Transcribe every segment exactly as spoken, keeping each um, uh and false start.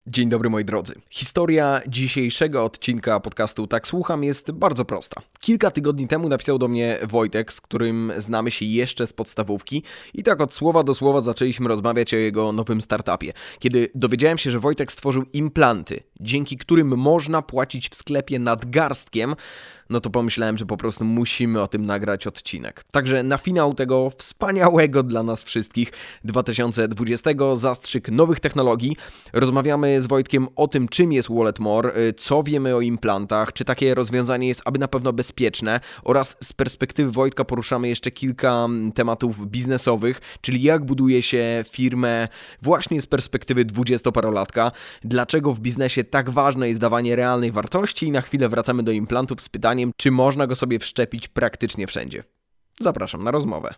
Dzień dobry moi drodzy. Historia dzisiejszego odcinka podcastu Tak Słucham jest bardzo prosta. Kilka tygodni temu napisał do mnie Wojtek, z którym znamy się jeszcze z podstawówki i tak od słowa do słowa zaczęliśmy rozmawiać o jego nowym startupie. Kiedy dowiedziałem się, że Wojtek stworzył implanty, dzięki którym można płacić w sklepie nadgarstkiem, no to pomyślałem, że po prostu musimy o tym nagrać odcinek. Także na finał tego wspaniałego dla nas wszystkich dwa tysiące dwudziestego zastrzyk nowych technologii rozmawiamy z Wojtkiem o tym, czym jest Walletmore, co wiemy o implantach, czy takie rozwiązanie jest aby na pewno bezpieczne oraz z perspektywy Wojtka poruszamy jeszcze kilka tematów biznesowych, czyli jak buduje się firmę właśnie z perspektywy dwudziestoparolatka, dlaczego w biznesie tak ważne jest dawanie realnej wartości i na chwilę wracamy do implantów z pytaniem, czy można go sobie wszczepić praktycznie wszędzie. Zapraszam na rozmowę.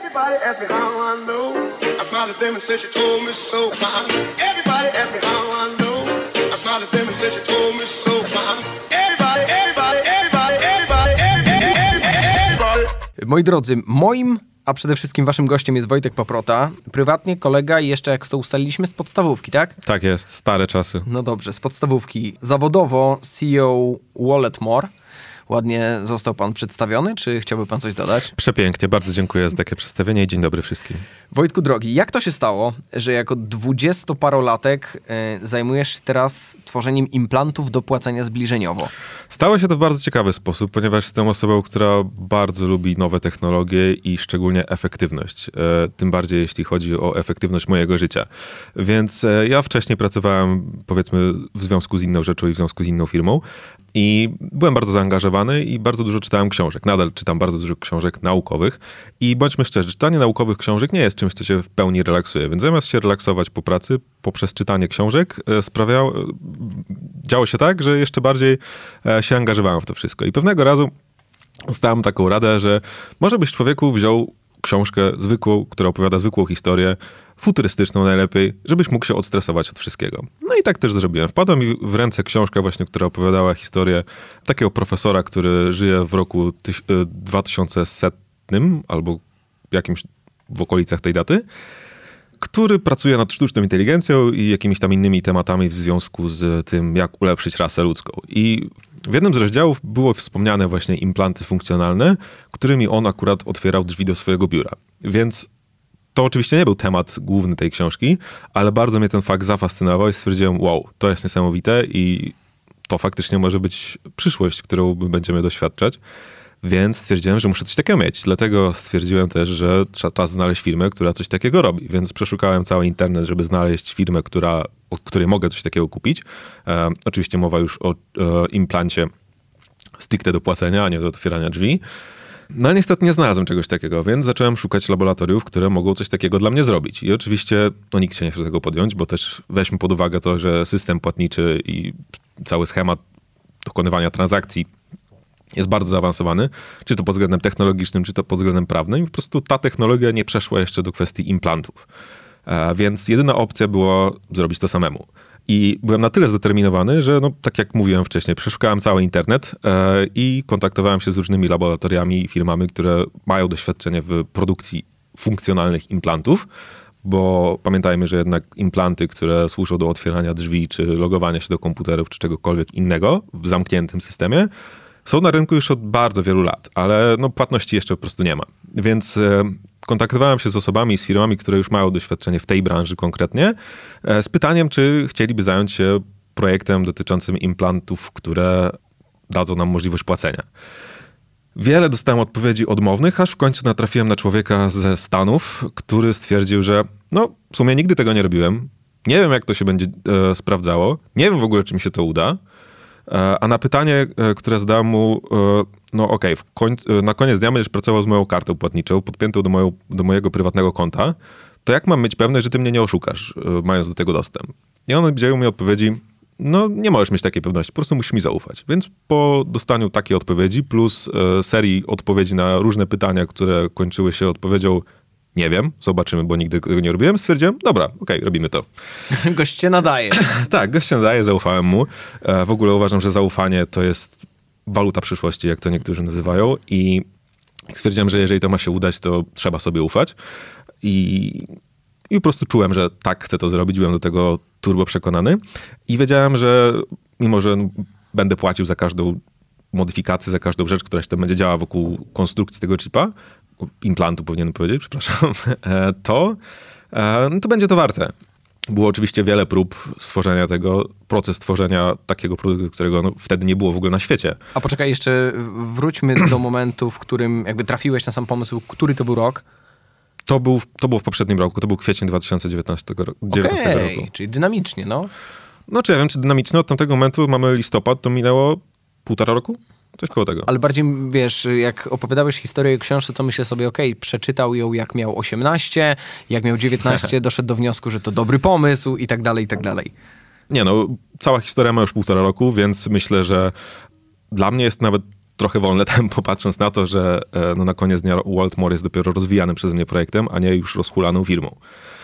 Moi drodzy, moim, a przede wszystkim waszym gościem jest Wojtek Paprota, prywatnie kolega i jeszcze jak to ustaliliśmy z podstawówki, tak? Tak jest, stare czasy. No dobrze, z podstawówki. Zawodowo C E O Walletmore. Ładnie został pan przedstawiony, czy chciałby pan coś dodać? Przepięknie, bardzo dziękuję za takie przedstawienie i dzień dobry wszystkim. Wojtku drogi, jak to się stało, że jako dwudziestoparolatek y, zajmujesz się teraz tworzeniem implantów do płacenia zbliżeniowo? Stało się to w bardzo ciekawy sposób, ponieważ jestem osobą, która bardzo lubi nowe technologie i szczególnie efektywność. E, tym bardziej jeśli chodzi o efektywność mojego życia. Więc e, ja wcześniej pracowałem, powiedzmy, w związku z inną rzeczą i w związku z inną firmą. I byłem bardzo zaangażowany i bardzo dużo czytałem książek. Nadal czytam bardzo dużo książek naukowych. I bądźmy szczerzy, czytanie naukowych książek nie jest czymś, co się w pełni relaksuje. Więc zamiast się relaksować po pracy, poprzez czytanie książek, sprawiało, działo się tak, że jeszcze bardziej się angażowałem w to wszystko. I pewnego razu dostałem taką radę, że może byś człowieku wziął książkę zwykłą, która opowiada zwykłą historię, futurystyczną najlepiej, żebyś mógł się odstresować od wszystkiego. No i tak też zrobiłem. Wpadła mi w ręce książka właśnie, która opowiadała historię takiego profesora, który żyje w roku dwa tysiące sto albo jakimś w okolicach tej daty, który pracuje nad sztuczną inteligencją i jakimiś tam innymi tematami w związku z tym, jak ulepszyć rasę ludzką. I w jednym z rozdziałów było wspomniane właśnie implanty funkcjonalne, którymi on akurat otwierał drzwi do swojego biura. Więc to oczywiście nie był temat główny tej książki, ale bardzo mnie ten fakt zafascynował i stwierdziłem, wow, to jest niesamowite i to faktycznie może być przyszłość, którą będziemy doświadczać. Więc stwierdziłem, że muszę coś takiego mieć. Dlatego stwierdziłem też, że trzeba czas znaleźć firmę, która coś takiego robi. Więc przeszukałem cały internet, żeby znaleźć firmę, która, od której mogę coś takiego kupić. E, oczywiście mowa już o e, implancie stricte do płacenia, a nie do otwierania drzwi. No ale niestety nie znalazłem czegoś takiego, więc zacząłem szukać laboratoriów, które mogą coś takiego dla mnie zrobić. I oczywiście no, nikt się nie chce tego podjąć, bo też weźmy pod uwagę to, że system płatniczy i cały schemat dokonywania transakcji jest bardzo zaawansowany, czy to pod względem technologicznym, czy to pod względem prawnym. I po prostu ta technologia nie przeszła jeszcze do kwestii implantów. E, więc jedyna opcja było zrobić to samemu. I byłem na tyle zdeterminowany, że no, tak jak mówiłem wcześniej, przeszukałem cały internet e, i kontaktowałem się z różnymi laboratoriami i firmami, które mają doświadczenie w produkcji funkcjonalnych implantów, bo pamiętajmy, że jednak implanty, które służą do otwierania drzwi, czy logowania się do komputerów, czy czegokolwiek innego w zamkniętym systemie, są na rynku już od bardzo wielu lat, ale no, płatności jeszcze po prostu nie ma. Więc e, kontaktowałem się z osobami, z firmami, które już mają doświadczenie w tej branży konkretnie, e, z pytaniem, czy chcieliby zająć się projektem dotyczącym implantów, które dadzą nam możliwość płacenia. Wiele dostałem odpowiedzi odmownych, aż w końcu natrafiłem na człowieka ze Stanów, który stwierdził, że no w sumie nigdy tego nie robiłem, nie wiem jak to się będzie e, sprawdzało, nie wiem w ogóle czy mi się to uda, a na pytanie, które zadałem mu, no okej, okay, na koniec dnia będziesz pracował z moją kartą płatniczą, podpiętą do, moją, do mojego prywatnego konta, to jak mam mieć pewność, że ty mnie nie oszukasz, mając do tego dostęp? I on udzielił mi odpowiedzi, no nie możesz mieć takiej pewności, po prostu musisz mi zaufać. Więc po dostaniu takiej odpowiedzi plus serii odpowiedzi na różne pytania, które kończyły się odpowiedzią nie wiem, zobaczymy, bo nigdy tego nie robiłem. Stwierdziłem, dobra, okej, okay, robimy to. Gość się nadaje. Tak, gość się nadaje, zaufałem mu. W ogóle uważam, że zaufanie to jest waluta przyszłości, jak to niektórzy nazywają i stwierdziłem, że jeżeli to ma się udać, to trzeba sobie ufać. I I po prostu czułem, że tak chcę to zrobić, byłem do tego turbo przekonany i wiedziałem, że mimo, że będę płacił za każdą modyfikację, za każdą rzecz, która się tam będzie działała wokół konstrukcji tego chipa, implantu powinienem powiedzieć, przepraszam, to, no to będzie to warte. Było oczywiście wiele prób stworzenia tego, proces tworzenia takiego produktu, którego no, wtedy nie było w ogóle na świecie. A poczekaj, jeszcze wróćmy do momentu, w którym jakby trafiłeś na sam pomysł. Który to był rok? To, był, to było w poprzednim roku, to był kwiecień dwa tysiące dziewiętnastego roku. Okej, okay, czyli dynamicznie, no. No czy ja wiem, czy dynamicznie, od tamtego momentu mamy listopad, to minęło półtora roku? Coś koło tego. Ale bardziej, wiesz, jak opowiadałeś historię o książce, to myślę sobie, okej, okay, przeczytał ją jak miał osiemnaście, jak miał dziewiętnaście, doszedł do wniosku, że to dobry pomysł i tak dalej, i tak dalej. Nie no, cała historia ma już półtora roku, więc myślę, że dla mnie jest nawet trochę wolne tempo, patrząc na to, że no, na koniec dnia Walletmore jest dopiero rozwijanym przeze mnie projektem, a nie już rozhulaną firmą.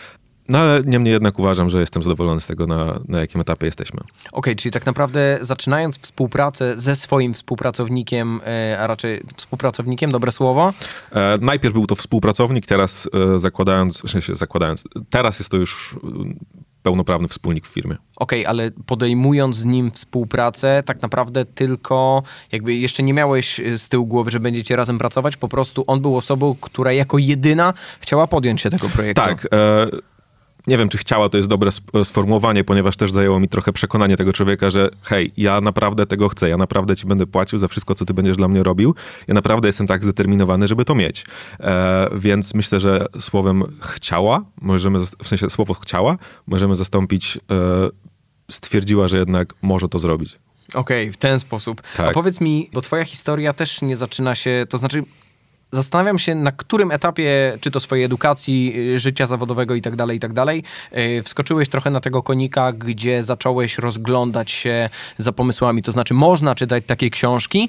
No ale niemniej jednak uważam, że jestem zadowolony z tego, na, na jakim etapie jesteśmy. Okej, okay, czyli tak naprawdę zaczynając współpracę ze swoim współpracownikiem, a raczej współpracownikiem, dobre słowo? E, najpierw był to współpracownik, teraz e, zakładając, w sensie zakładając, teraz jest to już pełnoprawny wspólnik w firmie. Okej, okay, ale podejmując z nim współpracę, tak naprawdę tylko jakby jeszcze nie miałeś z tyłu głowy, że będziecie razem pracować, po prostu on był osobą, która jako jedyna chciała podjąć się tego projektu. Tak, e, nie wiem, czy chciała, to jest dobre sformułowanie, ponieważ też zajęło mi trochę przekonanie tego człowieka, że hej, ja naprawdę tego chcę, ja naprawdę ci będę płacił za wszystko, co ty będziesz dla mnie robił. Ja naprawdę jestem tak zdeterminowany, żeby to mieć. E, więc myślę, że słowem chciała, możemy, w sensie słowo chciała, możemy zastąpić e, stwierdziła, że jednak może to zrobić. Okej, okay, w ten sposób. Tak. A powiedz mi, bo twoja historia też nie zaczyna się, to znaczy zastanawiam się, na którym etapie, czy to swojej edukacji, życia zawodowego i tak dalej, i tak dalej, wskoczyłeś trochę na tego konika, gdzie zacząłeś rozglądać się za pomysłami. To znaczy, można czytać takie książki,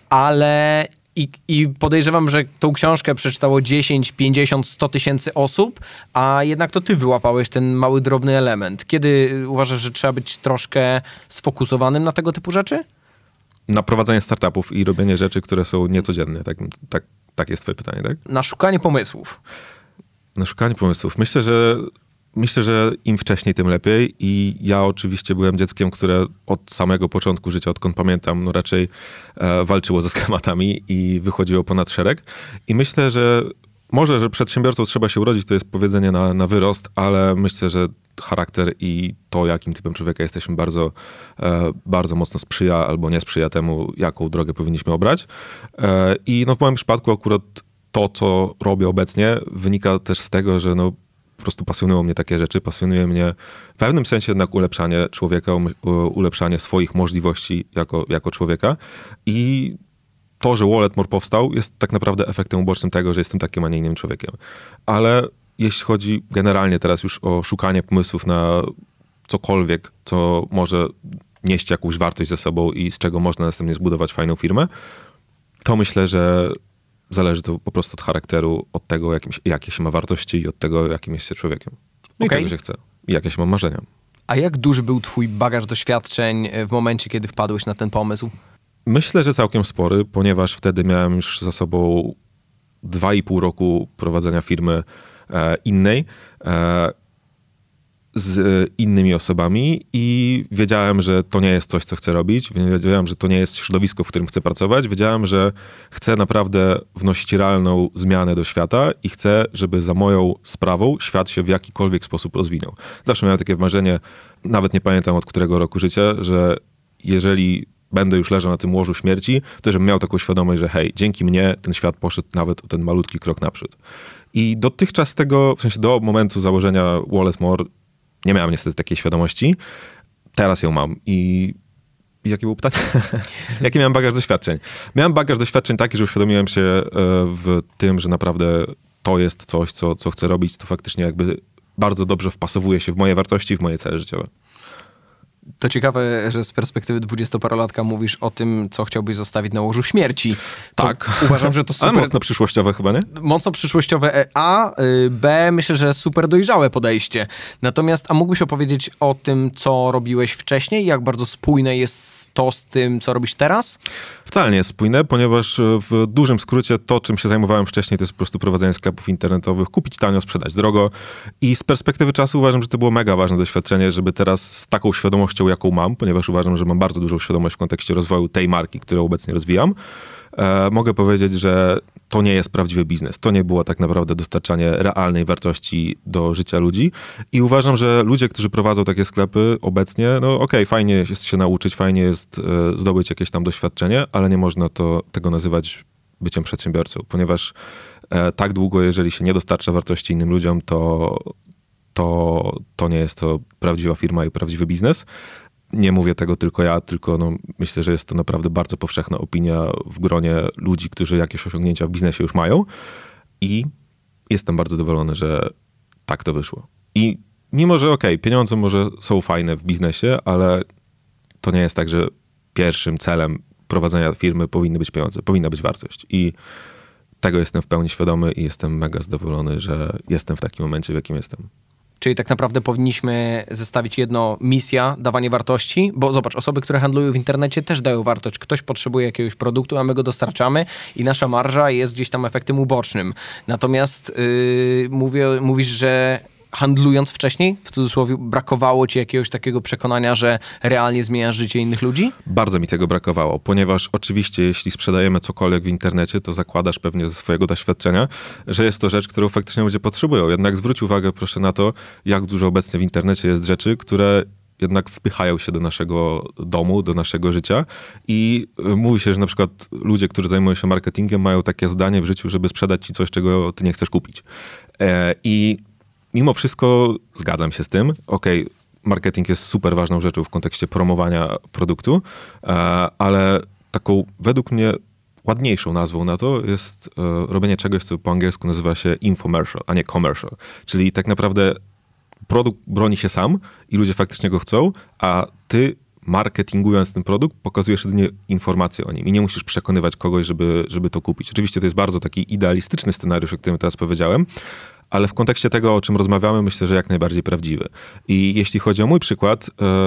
ale i, i podejrzewam, że tą książkę przeczytało dziesięć, pięćdziesiąt, sto tysięcy osób, a jednak to ty wyłapałeś ten mały, drobny element. Kiedy uważasz, że trzeba być troszkę sfokusowanym na tego typu rzeczy? Na prowadzenie startupów i robienie rzeczy, które są niecodzienne. Tak, tak, tak jest twoje pytanie, tak? Na szukanie pomysłów. Na szukanie pomysłów. Myślę, że myślę, że im wcześniej, tym lepiej. I ja oczywiście byłem dzieckiem, które od samego początku życia, odkąd pamiętam, no raczej e, walczyło ze schematami i wychodziło ponad szereg. I myślę, że może, że przedsiębiorcą trzeba się urodzić, to jest powiedzenie na, na wyrost, ale myślę, że charakter i to, jakim typem człowieka jesteśmy, bardzo, e, bardzo mocno sprzyja albo nie sprzyja temu, jaką drogę powinniśmy obrać. E, I no w moim przypadku akurat to, co robię obecnie, wynika też z tego, że no po prostu pasjonują mnie takie rzeczy, pasjonuje mnie w pewnym sensie jednak ulepszanie człowieka, ulepszanie swoich możliwości jako, jako człowieka. I to, że Walletmore powstał, jest tak naprawdę efektem ubocznym tego, że jestem takim, a nie innym człowiekiem. Ale jeśli chodzi generalnie teraz już o szukanie pomysłów na cokolwiek, co może nieść jakąś wartość ze sobą i z czego można następnie zbudować fajną firmę, to myślę, że zależy to po prostu od charakteru, od tego, jakim, jakie się ma wartości i od tego, jakim jest się człowiekiem. I okay. tego się chce. I jakie się mam marzenia. A jak duży był twój bagaż doświadczeń w momencie, kiedy wpadłeś na ten pomysł? Myślę, że całkiem spory, ponieważ wtedy miałem już za sobą dwa i pół roku prowadzenia firmy e, innej, e, z innymi osobami i wiedziałem, że to nie jest coś, co chcę robić. Wiedziałem, że to nie jest środowisko, w którym chcę pracować. Wiedziałem, że chcę naprawdę wnosić realną zmianę do świata i chcę, żeby za moją sprawą świat się w jakikolwiek sposób rozwinął. Zawsze miałem takie marzenie, nawet nie pamiętam od którego roku życia, że jeżeli będę już leżał na tym łożu śmierci, to żebym miał taką świadomość, że hej, dzięki mnie ten świat poszedł nawet o ten malutki krok naprzód. I dotychczas tego, w sensie do momentu założenia Walletmore nie miałem niestety takiej świadomości. Teraz ją mam. I jakie było pytanie? Jaki miałem bagaż doświadczeń? Miałem bagaż doświadczeń taki, że uświadomiłem się w tym, że naprawdę to jest coś, co, co chcę robić. To faktycznie jakby bardzo dobrze wpasowuje się w moje wartości, w moje cele życiowe. To ciekawe, że z perspektywy dwudziestoparolatka mówisz o tym, co chciałbyś zostawić na łożu śmierci. To tak. Uważam, że to super... Ale mocno przyszłościowe chyba, nie? Mocno przyszłościowe A, B, myślę, że super dojrzałe podejście. Natomiast, a mógłbyś opowiedzieć o tym, co robiłeś wcześniej? Jak bardzo spójne jest to z tym, co robisz teraz? Wcale nie jest spójne, ponieważ w dużym skrócie to, czym się zajmowałem wcześniej, to jest po prostu prowadzenie sklepów internetowych, kupić tanio, sprzedać drogo i z perspektywy czasu uważam, że to było mega ważne doświadczenie, żeby teraz z taką świadomością, jaką mam, ponieważ uważam, że mam bardzo dużą świadomość w kontekście rozwoju tej marki, którą obecnie rozwijam, e, mogę powiedzieć, że to nie jest prawdziwy biznes. To nie było tak naprawdę dostarczanie realnej wartości do życia ludzi i uważam, że ludzie, którzy prowadzą takie sklepy obecnie, no okej, okay, fajnie jest się nauczyć, fajnie jest e, zdobyć jakieś tam doświadczenie, ale nie można to, tego nazywać byciem przedsiębiorcą, ponieważ e, tak długo, jeżeli się nie dostarcza wartości innym ludziom, to, to, to nie jest to prawdziwa firma i prawdziwy biznes. Nie mówię tego tylko ja, tylko no, myślę, że jest to naprawdę bardzo powszechna opinia w gronie ludzi, którzy jakieś osiągnięcia w biznesie już mają i jestem bardzo zadowolony, że tak to wyszło. I mimo, że okej, okay, pieniądze może są fajne w biznesie, ale to nie jest tak, że pierwszym celem prowadzenia firmy powinny być pieniądze, powinna być wartość i tego jestem w pełni świadomy i jestem mega zadowolony, że jestem w takim momencie, w jakim jestem. Czyli tak naprawdę powinniśmy zestawić jedno misja, dawanie wartości, bo zobacz, osoby, które handlują w internecie też dają wartość. Ktoś potrzebuje jakiegoś produktu, a my go dostarczamy i nasza marża jest gdzieś tam efektem ubocznym. Natomiast yy, mówię, mówisz, że handlując wcześniej, w cudzysłowie, brakowało ci jakiegoś takiego przekonania, że realnie zmieniasz życie innych ludzi? Bardzo mi tego brakowało, ponieważ oczywiście jeśli sprzedajemy cokolwiek w internecie, to zakładasz pewnie ze swojego doświadczenia, że jest to rzecz, którą faktycznie ludzie potrzebują. Jednak zwróć uwagę proszę na to, jak dużo obecnie w internecie jest rzeczy, które jednak wpychają się do naszego domu, do naszego życia i mówi się, że na przykład ludzie, którzy zajmują się marketingiem, mają takie zdanie w życiu, żeby sprzedać ci coś, czego ty nie chcesz kupić. I mimo wszystko zgadzam się z tym. Okej, okay, marketing jest super ważną rzeczą w kontekście promowania produktu, ale taką według mnie ładniejszą nazwą na to jest robienie czegoś, co po angielsku nazywa się infomercial, a nie commercial. Czyli tak naprawdę produkt broni się sam i ludzie faktycznie go chcą, a ty marketingując ten produkt pokazujesz jedynie informacje o nim i nie musisz przekonywać kogoś, żeby, żeby to kupić. Oczywiście to jest bardzo taki idealistyczny scenariusz, o którym teraz powiedziałem, ale w kontekście tego, o czym rozmawiamy, myślę, że jak najbardziej prawdziwy. I jeśli chodzi o mój przykład,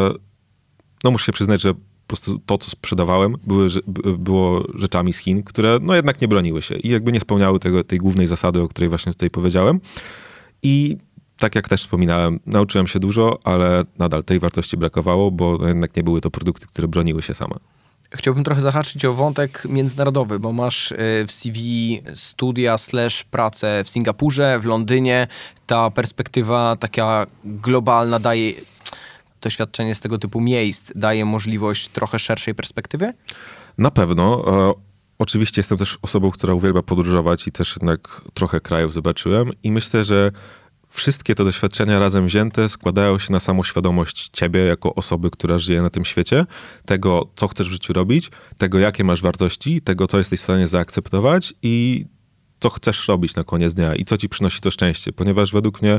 no muszę się przyznać, że po prostu to, co sprzedawałem, były, było rzeczami z Chin, które no jednak nie broniły się i jakby nie spełniały tego, tej głównej zasady, o której właśnie tutaj powiedziałem. I tak jak też wspominałem, nauczyłem się dużo, ale nadal tej wartości brakowało, bo jednak nie były to produkty, które broniły się same. Chciałbym trochę zahaczyć o wątek międzynarodowy, bo masz w C V studia slash pracę w Singapurze, w Londynie. Ta perspektywa taka globalna daje, doświadczenie z tego typu miejsc daje możliwość trochę szerszej perspektywy? Na pewno. Oczywiście jestem też osobą, która uwielbia podróżować i też jednak trochę krajów zobaczyłem i myślę, że wszystkie te doświadczenia razem wzięte składają się na samą świadomość ciebie jako osoby, która żyje na tym świecie, tego, co chcesz w życiu robić, tego, jakie masz wartości, tego, co jesteś w stanie zaakceptować i co chcesz robić na koniec dnia i co ci przynosi to szczęście, ponieważ według mnie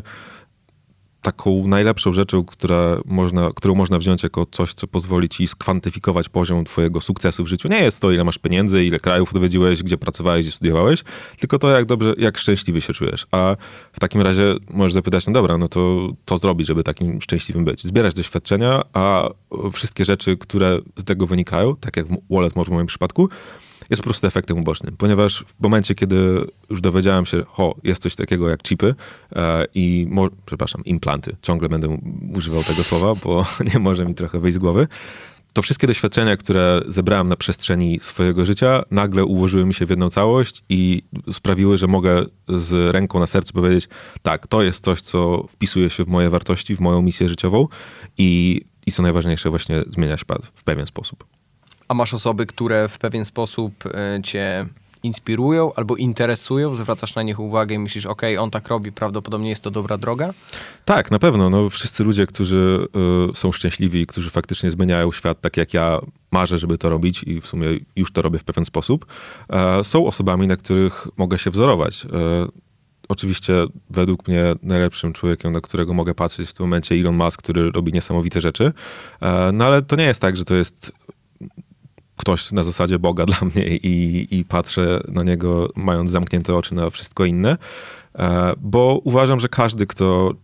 taką najlepszą rzeczą, która można, którą można wziąć jako coś, co pozwoli ci skwantyfikować poziom twojego sukcesu w życiu. Nie jest to, ile masz pieniędzy, ile krajów odwiedziłeś, gdzie pracowałeś, gdzie studiowałeś, tylko to, jak dobrze, jak szczęśliwy się czujesz. A w takim razie możesz zapytać, no dobra, no to co zrobić, żeby takim szczęśliwym być? Zbierać doświadczenia, a wszystkie rzeczy, które z tego wynikają, tak jak Wallet może w moim przypadku, jest po prostu efektem ubocznym, ponieważ w momencie, kiedy już dowiedziałem się, o, jest coś takiego jak chipy e, i, mo, przepraszam, implanty, ciągle będę używał tego słowa, bo nie może mi trochę wyjść z głowy, to wszystkie doświadczenia, które zebrałem na przestrzeni swojego życia, nagle ułożyły mi się w jedną całość i sprawiły, że mogę z ręką na sercu powiedzieć, tak, to jest coś, co wpisuje się w moje wartości, w moją misję życiową i, i co najważniejsze, właśnie zmienia świat w pewien sposób. A masz osoby, które w pewien sposób cię inspirują albo interesują, zwracasz na nich uwagę i myślisz, okej, okay, on tak robi, prawdopodobnie jest to dobra droga? Tak, na pewno. No, wszyscy ludzie, którzy y, są szczęśliwi, którzy faktycznie zmieniają świat tak jak ja marzę, żeby to robić i w sumie już to robię w pewien sposób, y, są osobami, na których mogę się wzorować. Y, Oczywiście według mnie najlepszym człowiekiem, na którego mogę patrzeć w tym momencie Elon Musk, który robi niesamowite rzeczy, no ale to nie jest tak, że to jest ktoś na zasadzie Boga dla mnie i, i patrzę na niego mając zamknięte oczy na wszystko inne, bo uważam, że każdy, kto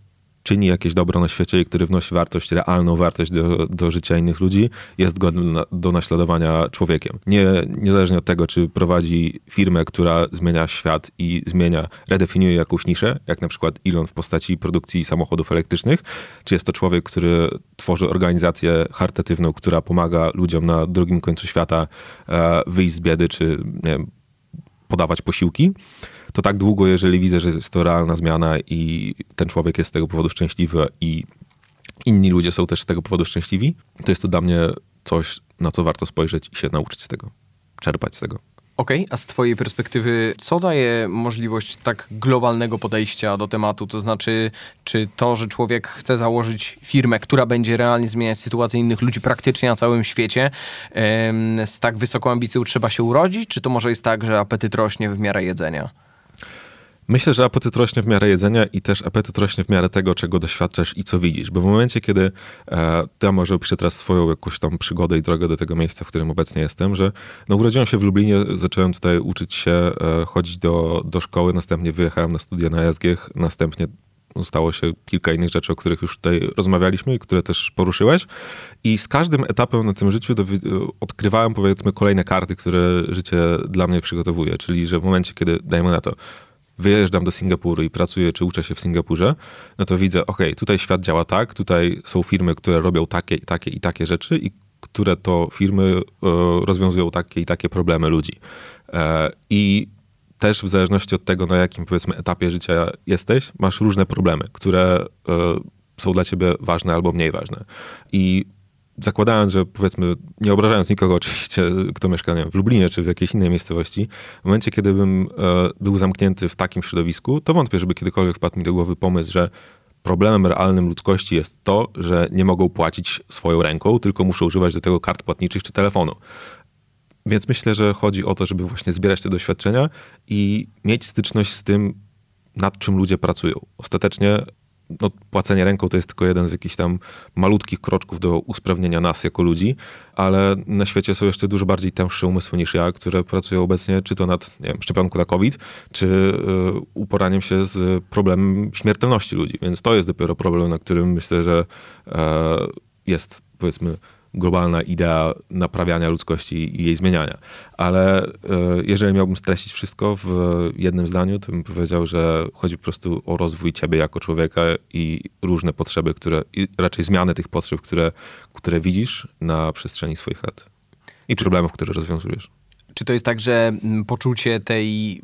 czyni jakieś dobro na świecie i który wnosi wartość, realną wartość do, do życia innych ludzi, jest godny na, do naśladowania człowiekiem. Nie, niezależnie od tego, czy prowadzi firmę, która zmienia świat i zmienia, redefiniuje jakąś niszę, jak na przykład Elon w postaci produkcji samochodów elektrycznych, czy jest to człowiek, który tworzy organizację charytatywną, która pomaga ludziom na drugim końcu świata e, wyjść z biedy, czy nie wiem, podawać posiłki, to tak długo, jeżeli widzę, że jest to realna zmiana i ten człowiek jest z tego powodu szczęśliwy i inni ludzie są też z tego powodu szczęśliwi, to jest to dla mnie coś, na co warto spojrzeć i się nauczyć z tego, czerpać z tego. Okej, okay, a z twojej perspektywy, co daje możliwość tak globalnego podejścia do tematu? To znaczy, czy to, że człowiek chce założyć firmę, która będzie realnie zmieniać sytuację innych ludzi praktycznie na całym świecie, em, z tak wysoką ambicją trzeba się urodzić? Czy to może jest tak, że apetyt rośnie w miarę jedzenia? Myślę, że apetyt rośnie w miarę jedzenia i też apetyt rośnie w miarę tego, czego doświadczasz i co widzisz. Bo w momencie, kiedy e, ja może opiszę teraz swoją jakąś tam przygodę i drogę do tego miejsca, w którym obecnie jestem, że no, urodziłem się w Lublinie, zacząłem tutaj uczyć się, e, chodzić do, do szkoły, następnie wyjechałem na studia na S G, następnie stało się kilka innych rzeczy, o których już tutaj rozmawialiśmy i które też poruszyłeś. I z każdym etapem na tym życiu odkrywałem, powiedzmy, kolejne karty, które życie dla mnie przygotowuje. Czyli, że w momencie, kiedy, dajmy na to, wyjeżdżam do Singapuru i pracuję, czy uczę się w Singapurze, no to widzę, ok, tutaj świat działa tak, tutaj są firmy, które robią takie i takie i takie rzeczy i które to firmy e, rozwiązują takie i takie problemy ludzi. E, I też w zależności od tego, na jakim, powiedzmy, etapie życia jesteś, masz różne problemy, które e, są dla ciebie ważne albo mniej ważne. I zakładając, że powiedzmy, nie obrażając nikogo oczywiście, kto mieszka, nie wiem, w Lublinie czy w jakiejś innej miejscowości, w momencie, kiedy bym e, był zamknięty w takim środowisku, to wątpię, żeby kiedykolwiek wpadł mi do głowy pomysł, że problemem realnym ludzkości jest to, że nie mogą płacić swoją ręką, tylko muszą używać do tego kart płatniczych czy telefonu. Więc myślę, że chodzi o to, żeby właśnie zbierać te doświadczenia i mieć styczność z tym, nad czym ludzie pracują. Ostatecznie no, płacenie ręką to jest tylko jeden z jakichś tam malutkich kroczków do usprawnienia nas jako ludzi, ale na świecie są jeszcze dużo bardziej tęższe umysły niż ja, które pracują obecnie czy to nad, nie wiem, szczepionką na COVID, czy y, uporaniem się z problemem śmiertelności ludzi. Więc to jest dopiero problem, na którym myślę, że y, jest, powiedzmy, globalna idea naprawiania ludzkości i jej zmieniania. Ale y, jeżeli miałbym streścić wszystko w jednym zdaniu, to bym powiedział, że chodzi po prostu o rozwój ciebie jako człowieka i różne potrzeby, które, i raczej zmiany tych potrzeb, które, które widzisz na przestrzeni swoich lat i problemów, które rozwiązujesz. Czy to jest tak, że poczucie tej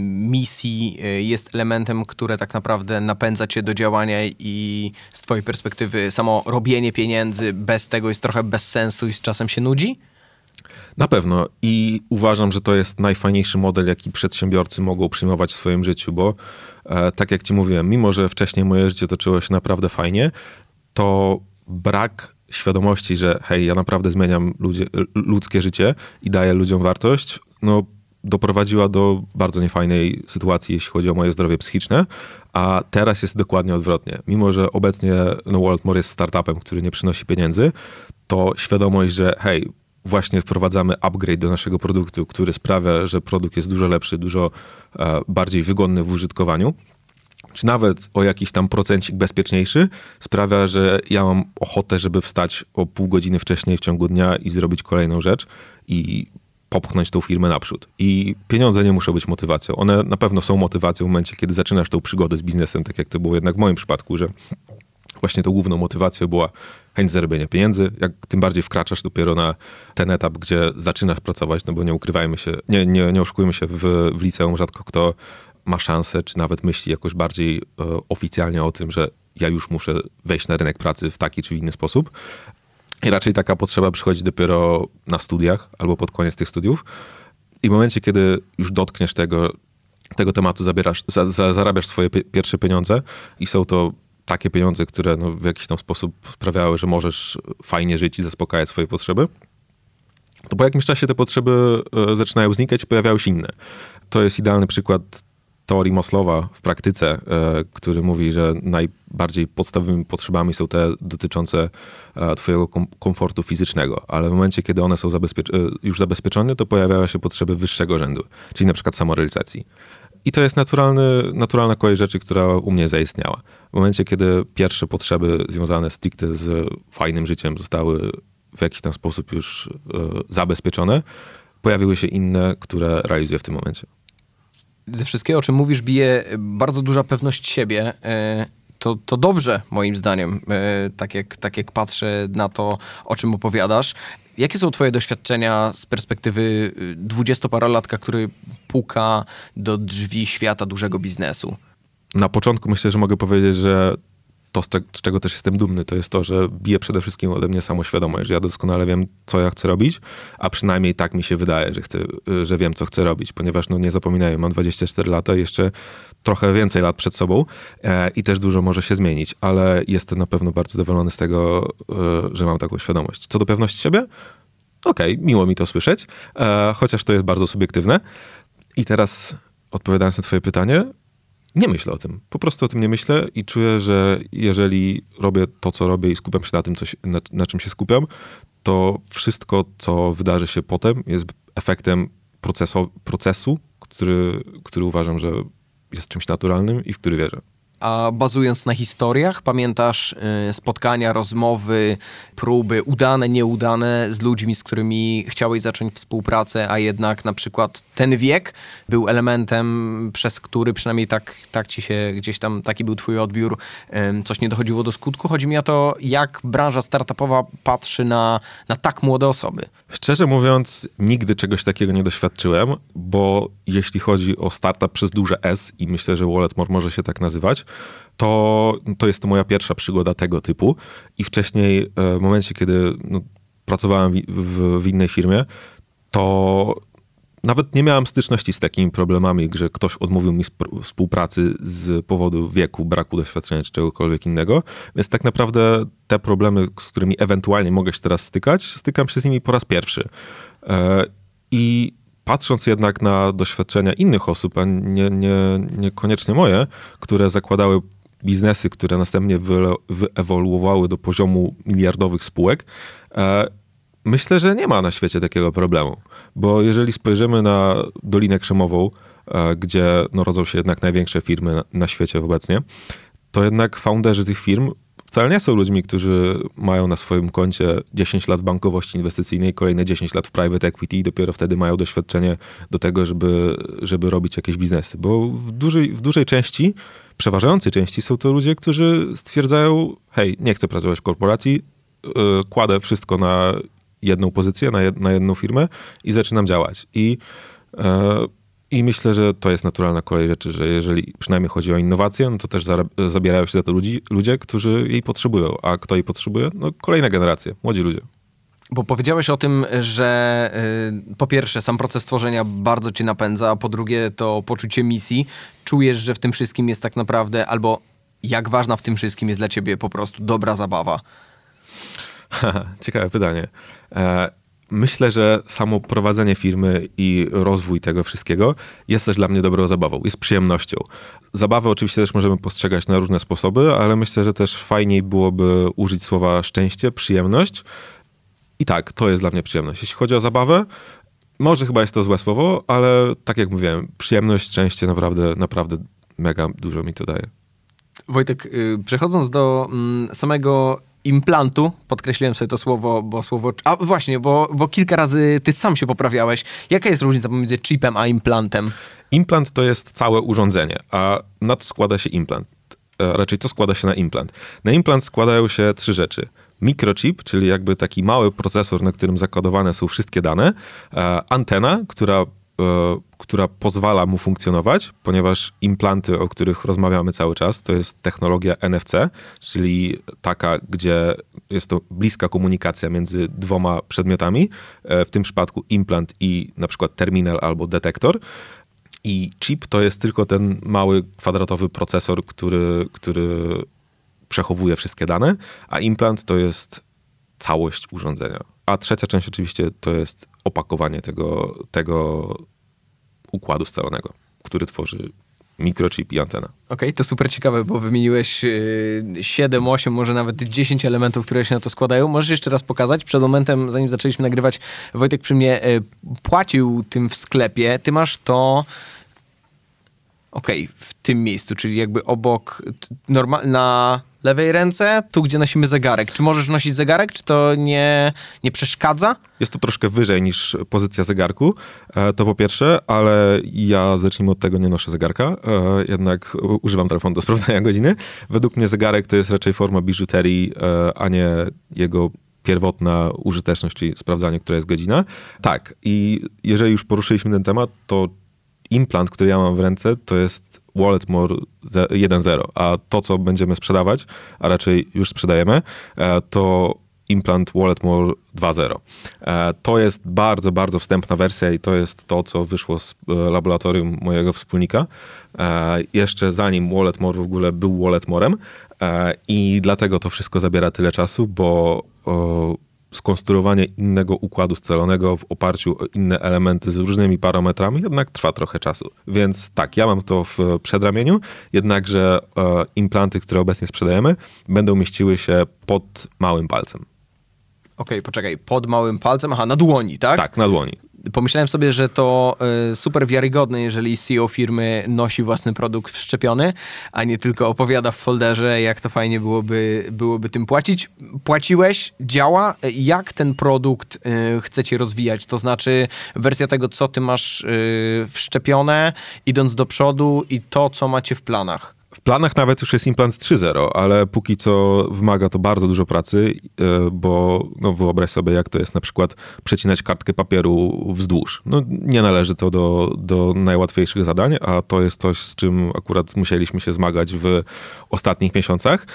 misji jest elementem, które tak naprawdę napędza cię do działania i z twojej perspektywy samo robienie pieniędzy bez tego jest trochę bez sensu i z czasem się nudzi? Na pewno i uważam, że to jest najfajniejszy model, jaki przedsiębiorcy mogą przyjmować w swoim życiu, bo e, tak jak ci mówiłem, mimo że wcześniej moje życie toczyło się naprawdę fajnie, to brak świadomości, że hej, ja naprawdę zmieniam ludzie, ludzkie życie i daję ludziom wartość, no doprowadziła do bardzo niefajnej sytuacji, jeśli chodzi o moje zdrowie psychiczne, a teraz jest dokładnie odwrotnie. Mimo że obecnie no, Worldmore jest startupem, który nie przynosi pieniędzy, to świadomość, że hej, właśnie wprowadzamy upgrade do naszego produktu, który sprawia, że produkt jest dużo lepszy, dużo e, bardziej wygodny w użytkowaniu, czy nawet o jakiś tam procencik bezpieczniejszy, sprawia, że ja mam ochotę, żeby wstać o pół godziny wcześniej w ciągu dnia i zrobić kolejną rzecz i popchnąć tą firmę naprzód. I pieniądze nie muszą być motywacją. One na pewno są motywacją w momencie, kiedy zaczynasz tą przygodę z biznesem, tak jak to było jednak w moim przypadku, że właśnie tą główną motywacją była chęć zarobienia pieniędzy. Jak tym bardziej wkraczasz dopiero na ten etap, gdzie zaczynasz pracować, no bo nie ukrywajmy się, nie, nie, nie oszukujmy się, w, w liceum rzadko kto ma szansę, czy nawet myśli jakoś bardziej e, oficjalnie o tym, że ja już muszę wejść na rynek pracy w taki czy inny sposób. I raczej taka potrzeba przychodzi dopiero na studiach albo pod koniec tych studiów. I w momencie, kiedy już dotkniesz tego, tego tematu, zabierasz, za, za, zarabiasz swoje pi- pierwsze pieniądze i są to takie pieniądze, które no, w jakiś tam sposób sprawiały, że możesz fajnie żyć i zaspokajać swoje potrzeby, to po jakimś czasie te potrzeby e, zaczynają znikać i pojawiają się inne. To jest idealny przykład teorii Maslowa w praktyce, e, który mówi, że najbardziej podstawowymi potrzebami są te dotyczące e, twojego kom- komfortu fizycznego, ale w momencie, kiedy one są zabezpiecz- e, już zabezpieczone, to pojawiają się potrzeby wyższego rzędu, czyli na przykład samorealizacji. I to jest naturalny, naturalna kolej rzeczy, która u mnie zaistniała. W momencie, kiedy pierwsze potrzeby związane stricte z fajnym życiem zostały w jakiś tam sposób już e, zabezpieczone, pojawiły się inne, które realizuję w tym momencie. Ze wszystkiego, o czym mówisz, bije bardzo duża pewność siebie. To, to dobrze, moim zdaniem, tak jak, tak jak patrzę na to, o czym opowiadasz. Jakie są twoje doświadczenia z perspektywy dwudziestoparolatka, który puka do drzwi świata dużego biznesu? Na początku myślę, że mogę powiedzieć, że to, z, te, z czego też jestem dumny, to jest to, że bije przede wszystkim ode mnie samoświadomość, że ja doskonale wiem, co ja chcę robić, a przynajmniej tak mi się wydaje, że, chcę, że wiem, co chcę robić, ponieważ no nie zapominajmy, mam dwadzieścia cztery lata, jeszcze trochę więcej lat przed sobą e, i też dużo może się zmienić, ale jestem na pewno bardzo zadowolony z tego, e, że mam taką świadomość. Co do pewności siebie? Okej, okay, miło mi to słyszeć, e, chociaż to jest bardzo subiektywne. I teraz odpowiadając na twoje pytanie, nie myślę o tym. Po prostu o tym nie myślę i czuję, że jeżeli robię to, co robię i skupiam się na tym, co się, na, na czym się skupiam, to wszystko, co wydarzy się potem, jest efektem procesu, procesu który, który uważam, że jest czymś naturalnym i w który wierzę. A bazując na historiach, pamiętasz y, spotkania, rozmowy, próby, udane, nieudane z ludźmi, z którymi chciałeś zacząć współpracę, a jednak na przykład ten wiek był elementem, przez który przynajmniej tak, tak ci się gdzieś tam, taki był twój odbiór, y, coś nie dochodziło do skutku. Chodzi mi o to, jak branża startupowa patrzy na, na tak młode osoby. Szczerze mówiąc, nigdy czegoś takiego nie doświadczyłem, bo jeśli chodzi o startup przez duże S i myślę, że Walletmore może się tak nazywać, to, to jest to moja pierwsza przygoda tego typu i wcześniej w momencie, kiedy no, pracowałem w, w, w innej firmie, to nawet nie miałem styczności z takimi problemami, że ktoś odmówił mi współpracy z powodu wieku, braku doświadczenia czy czegokolwiek innego, więc tak naprawdę te problemy, z którymi ewentualnie mogę się teraz stykać, stykam się z nimi po raz pierwszy. I patrząc jednak na doświadczenia innych osób, a nie, nie, niekoniecznie moje, które zakładały biznesy, które następnie wyewoluowały do poziomu miliardowych spółek, myślę, że nie ma na świecie takiego problemu. Bo jeżeli spojrzymy na Dolinę Krzemową, gdzie no, rodzą się jednak największe firmy na, na świecie obecnie, to jednak founderzy tych firm wcale nie są ludźmi, którzy mają na swoim koncie dziesięć lat bankowości inwestycyjnej, kolejne dziesięć lat w private equity i dopiero wtedy mają doświadczenie do tego, żeby, żeby robić jakieś biznesy. Bo w dużej, w dużej części, przeważającej części są to ludzie, którzy stwierdzają, hej, nie chcę pracować w korporacji, yy, kładę wszystko na jedną pozycję, na, jed, na jedną firmę i zaczynam działać. I yy, I myślę, że to jest naturalna kolej rzeczy, że jeżeli przynajmniej chodzi o innowację, no to też zarab- zabierają się za to ludzi, ludzie, którzy jej potrzebują. A kto jej potrzebuje? No kolejna generacja, młodzi ludzie. Bo powiedziałeś o tym, że y, po pierwsze sam proces tworzenia bardzo cię napędza, a po drugie to poczucie misji. Czujesz, że w tym wszystkim jest tak naprawdę, albo jak ważna w tym wszystkim jest dla ciebie po prostu dobra zabawa? Ciekawe pytanie. E- Myślę, że samo prowadzenie firmy i rozwój tego wszystkiego jest też dla mnie dobrą zabawą, jest przyjemnością. Zabawę oczywiście też możemy postrzegać na różne sposoby, ale myślę, że też fajniej byłoby użyć słowa szczęście, przyjemność. I tak, to jest dla mnie przyjemność. Jeśli chodzi o zabawę, może chyba jest to złe słowo, ale tak jak mówiłem, przyjemność, szczęście naprawdę, naprawdę mega dużo mi to daje. Wojtek, przechodząc do samego implantu, podkreśliłem sobie to słowo, bo słowo... A właśnie, bo, bo kilka razy ty sam się poprawiałeś. Jaka jest różnica pomiędzy chipem a implantem? Implant to jest całe urządzenie, a na to składa się implant. A raczej to składa się na implant. Na implant składają się trzy rzeczy. Mikrochip, czyli jakby taki mały procesor, na którym zakodowane są wszystkie dane. Antena, która która pozwala mu funkcjonować, ponieważ implanty, o których rozmawiamy cały czas, to jest technologia N F C, czyli taka, gdzie jest to bliska komunikacja między dwoma przedmiotami, w tym przypadku implant i na przykład terminal albo detektor. I chip to jest tylko ten mały kwadratowy procesor, który, który przechowuje wszystkie dane, a implant to jest całość urządzenia. A trzecia część oczywiście to jest opakowanie tego, tego układu scalonego, który tworzy mikrochip i antena. Okej, okay, to super ciekawe, bo wymieniłeś siedem, osiem, może nawet dziesięć elementów, które się na to składają. Możesz jeszcze raz pokazać? Przed momentem, zanim zaczęliśmy nagrywać, Wojtek przy mnie płacił tym w sklepie. Ty masz to... Okej, okay, w tym miejscu, czyli jakby obok, norma- na lewej ręce, tu gdzie nosimy zegarek. Czy możesz nosić zegarek, czy to nie, nie przeszkadza? Jest to troszkę wyżej niż pozycja zegarku, to po pierwsze, ale ja zacznijmy od tego, nie noszę zegarka, jednak używam telefonu do sprawdzania godziny. Według mnie zegarek to jest raczej forma biżuterii, a nie jego pierwotna użyteczność, czyli sprawdzanie, która jest godzina. Tak, i jeżeli już poruszyliśmy ten temat, to implant, który ja mam w ręce, to jest Walletmore jeden zero, a to, co będziemy sprzedawać, a raczej już sprzedajemy, to implant Walletmore dwa zero. To jest bardzo, bardzo wstępna wersja i to jest to, co wyszło z laboratorium mojego wspólnika. Jeszcze zanim Walletmore w ogóle był Walletmorem i dlatego to wszystko zabiera tyle czasu, bo skonstruowanie innego układu scalonego w oparciu o inne elementy z różnymi parametrami jednak trwa trochę czasu. Więc tak, ja mam to w przedramieniu, jednakże e, implanty, które obecnie sprzedajemy, będą mieściły się pod małym palcem. Okej, okay, poczekaj, pod małym palcem? Aha, na dłoni, tak? Tak, na dłoni. Pomyślałem sobie, że to y, super wiarygodne, jeżeli C E O firmy nosi własny produkt wszczepiony, a nie tylko opowiada w folderze, jak to fajnie byłoby, byłoby tym płacić. Płaciłeś, działa. Jak ten produkt y, chcecie rozwijać? To znaczy wersja tego, co ty masz y, wszczepione, idąc do przodu i to, co macie w planach. W planach nawet już jest implant trzy zero, ale póki co wymaga to bardzo dużo pracy, bo no wyobraź sobie, jak to jest na przykład przecinać kartkę papieru wzdłuż. No nie należy to do, do najłatwiejszych zadań, a to jest coś, z czym akurat musieliśmy się zmagać w ostatnich miesiącach.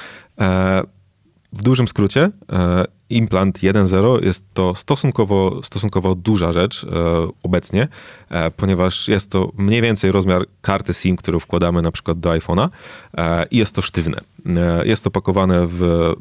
W dużym skrócie implant jeden zero jest to stosunkowo, stosunkowo duża rzecz e, obecnie, e, ponieważ jest to mniej więcej rozmiar karty SIM, którą wkładamy na przykład do iPhone'a e, i jest to sztywne. E, jest to pakowane w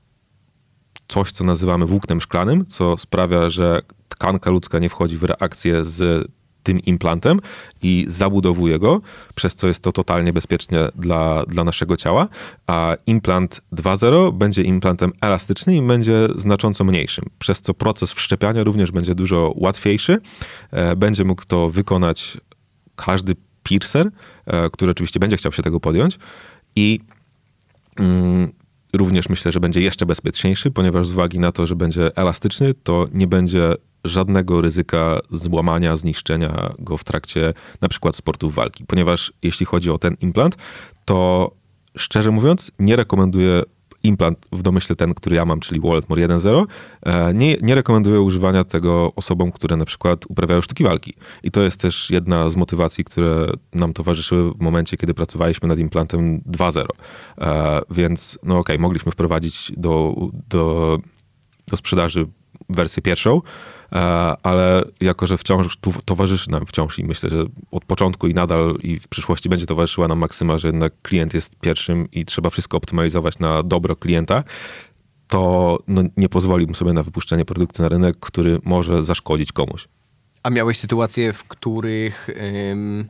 coś, co nazywamy włóknem szklanym, co sprawia, że tkanka ludzka nie wchodzi w reakcję z tym implantem i zabudowuje go, przez co jest to totalnie bezpiecznie dla, dla naszego ciała, a implant dwa zero będzie implantem elastycznym i będzie znacząco mniejszym, przez co proces wszczepiania również będzie dużo łatwiejszy. Będzie mógł to wykonać każdy piercer, który oczywiście będzie chciał się tego podjąć i mm, również myślę, że będzie jeszcze bezpieczniejszy, ponieważ z uwagi na to, że będzie elastyczny, to nie będzie żadnego ryzyka złamania, zniszczenia go w trakcie na przykład sportów walki. Ponieważ jeśli chodzi o ten implant, to szczerze mówiąc nie rekomenduję implant w domyśle ten, który ja mam, czyli Walletmore jeden zero, nie, nie rekomenduję używania tego osobom, które na przykład uprawiają sztuki walki. I to jest też jedna z motywacji, które nam towarzyszyły w momencie, kiedy pracowaliśmy nad implantem dwa zero. Więc no okej, okay, mogliśmy wprowadzić do, do, do sprzedaży wersję pierwszą, ale jako, że wciąż tu towarzyszy nam wciąż i myślę, że od początku i nadal i w przyszłości będzie towarzyszyła nam maksyma, że jednak klient jest pierwszym i trzeba wszystko optymalizować na dobro klienta, to no, nie pozwoliłbym sobie na wypuszczenie produktu na rynek, który może zaszkodzić komuś. A miałeś sytuacje, w których ym,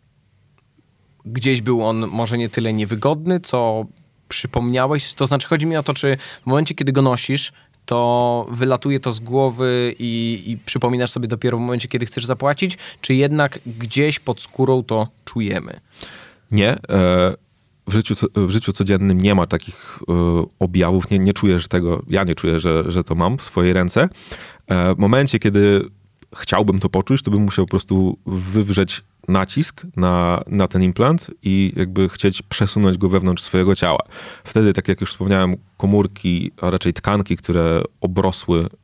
gdzieś był on może nie tyle niewygodny, co przypomniałeś? To znaczy chodzi mi o to, czy w momencie, kiedy go nosisz, to wylatuje to z głowy i, i przypominasz sobie dopiero w momencie, kiedy chcesz zapłacić, czy jednak gdzieś pod skórą to czujemy? Nie. E, w, życiu, w życiu codziennym nie ma takich e, objawów. Nie, nie czuję, że tego, ja nie czuję, że, że to mam w swojej ręce. E, w momencie, kiedy chciałbym to poczuć, to bym musiał po prostu wywrzeć nacisk na, na ten implant i jakby chcieć przesunąć go wewnątrz swojego ciała. Wtedy, tak jak już wspomniałem, komórki, a raczej tkanki, które obrosły e,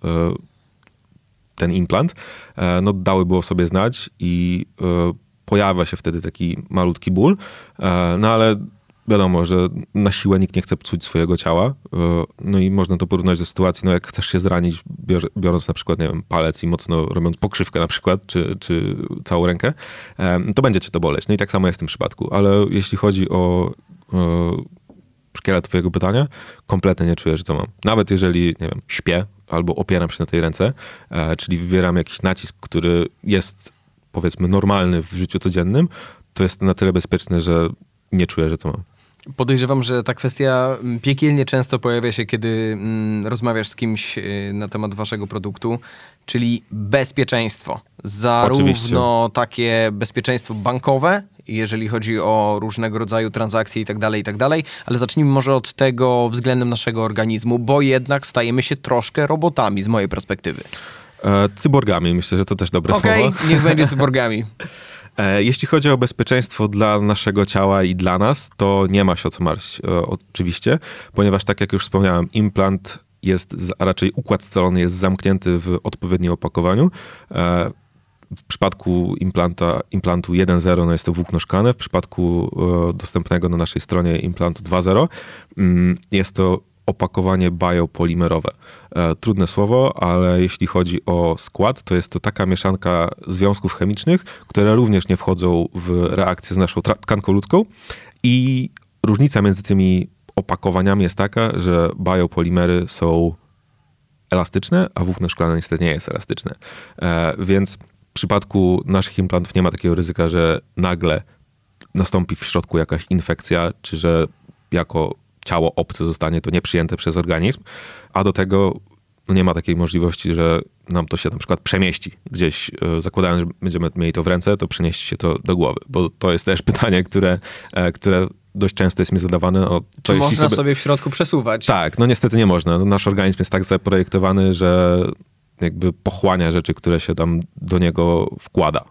ten implant, e, no dałyby o sobie znać i e, pojawia się wtedy taki malutki ból, e, no ale wiadomo, że na siłę nikt nie chce psuć swojego ciała, no i można to porównać do sytuacji, no jak chcesz się zranić, biorąc na przykład, nie wiem, palec i mocno robiąc pokrzywkę na przykład, czy, czy całą rękę, to będzie cię to boleć. No i tak samo jest w tym przypadku, ale jeśli chodzi o, o szkielet twojego pytania, kompletnie nie czuję, że to mam. Nawet jeżeli, nie wiem, śpię albo opieram się na tej ręce, czyli wywieram jakiś nacisk, który jest, powiedzmy, normalny w życiu codziennym, to jest na tyle bezpieczne, że nie czuję, że to mam. Podejrzewam, że ta kwestia piekielnie często pojawia się, kiedy mm, rozmawiasz z kimś y, na temat waszego produktu, czyli bezpieczeństwo. Zarówno Oczywiście. Takie bezpieczeństwo bankowe, jeżeli chodzi o różnego rodzaju transakcje i tak dalej, i tak dalej, ale zacznijmy może od tego względem naszego organizmu, bo jednak stajemy się troszkę robotami z mojej perspektywy. E, cyborgami, myślę, że to też dobre okay, słowo. Okej, niech będzie cyborgami. E, jeśli chodzi o bezpieczeństwo dla naszego ciała i dla nas, to nie ma się o co martwić, e, oczywiście, ponieważ tak jak już wspomniałem, implant jest, a raczej układ scalony jest zamknięty w odpowiednim opakowaniu. E, w przypadku implanta, implantu jeden zero no jest to włókno szklane, w przypadku e, dostępnego na naszej stronie implantu dwa zero mm, jest to opakowanie biopolimerowe. E, trudne słowo, ale jeśli chodzi o skład, to jest to taka mieszanka związków chemicznych, które również nie wchodzą w reakcję z naszą tkanką ludzką i różnica między tymi opakowaniami jest taka, że biopolimery są elastyczne, a włókno szklane niestety nie jest elastyczne. E, więc w przypadku naszych implantów nie ma takiego ryzyka, że nagle nastąpi w środku jakaś infekcja, czy że jako ciało obce zostanie to nieprzyjęte przez organizm, a do tego no nie ma takiej możliwości, że nam to się na przykład przemieści gdzieś, zakładając, że będziemy mieli to w ręce, to przenieść się to do głowy, bo to jest też pytanie, które, które dość często jest mi zadawane. O, Czy można sobie... sobie w środku przesuwać? Tak, no niestety nie można. No, nasz organizm jest tak zaprojektowany, że jakby pochłania rzeczy, które się tam do niego wkłada.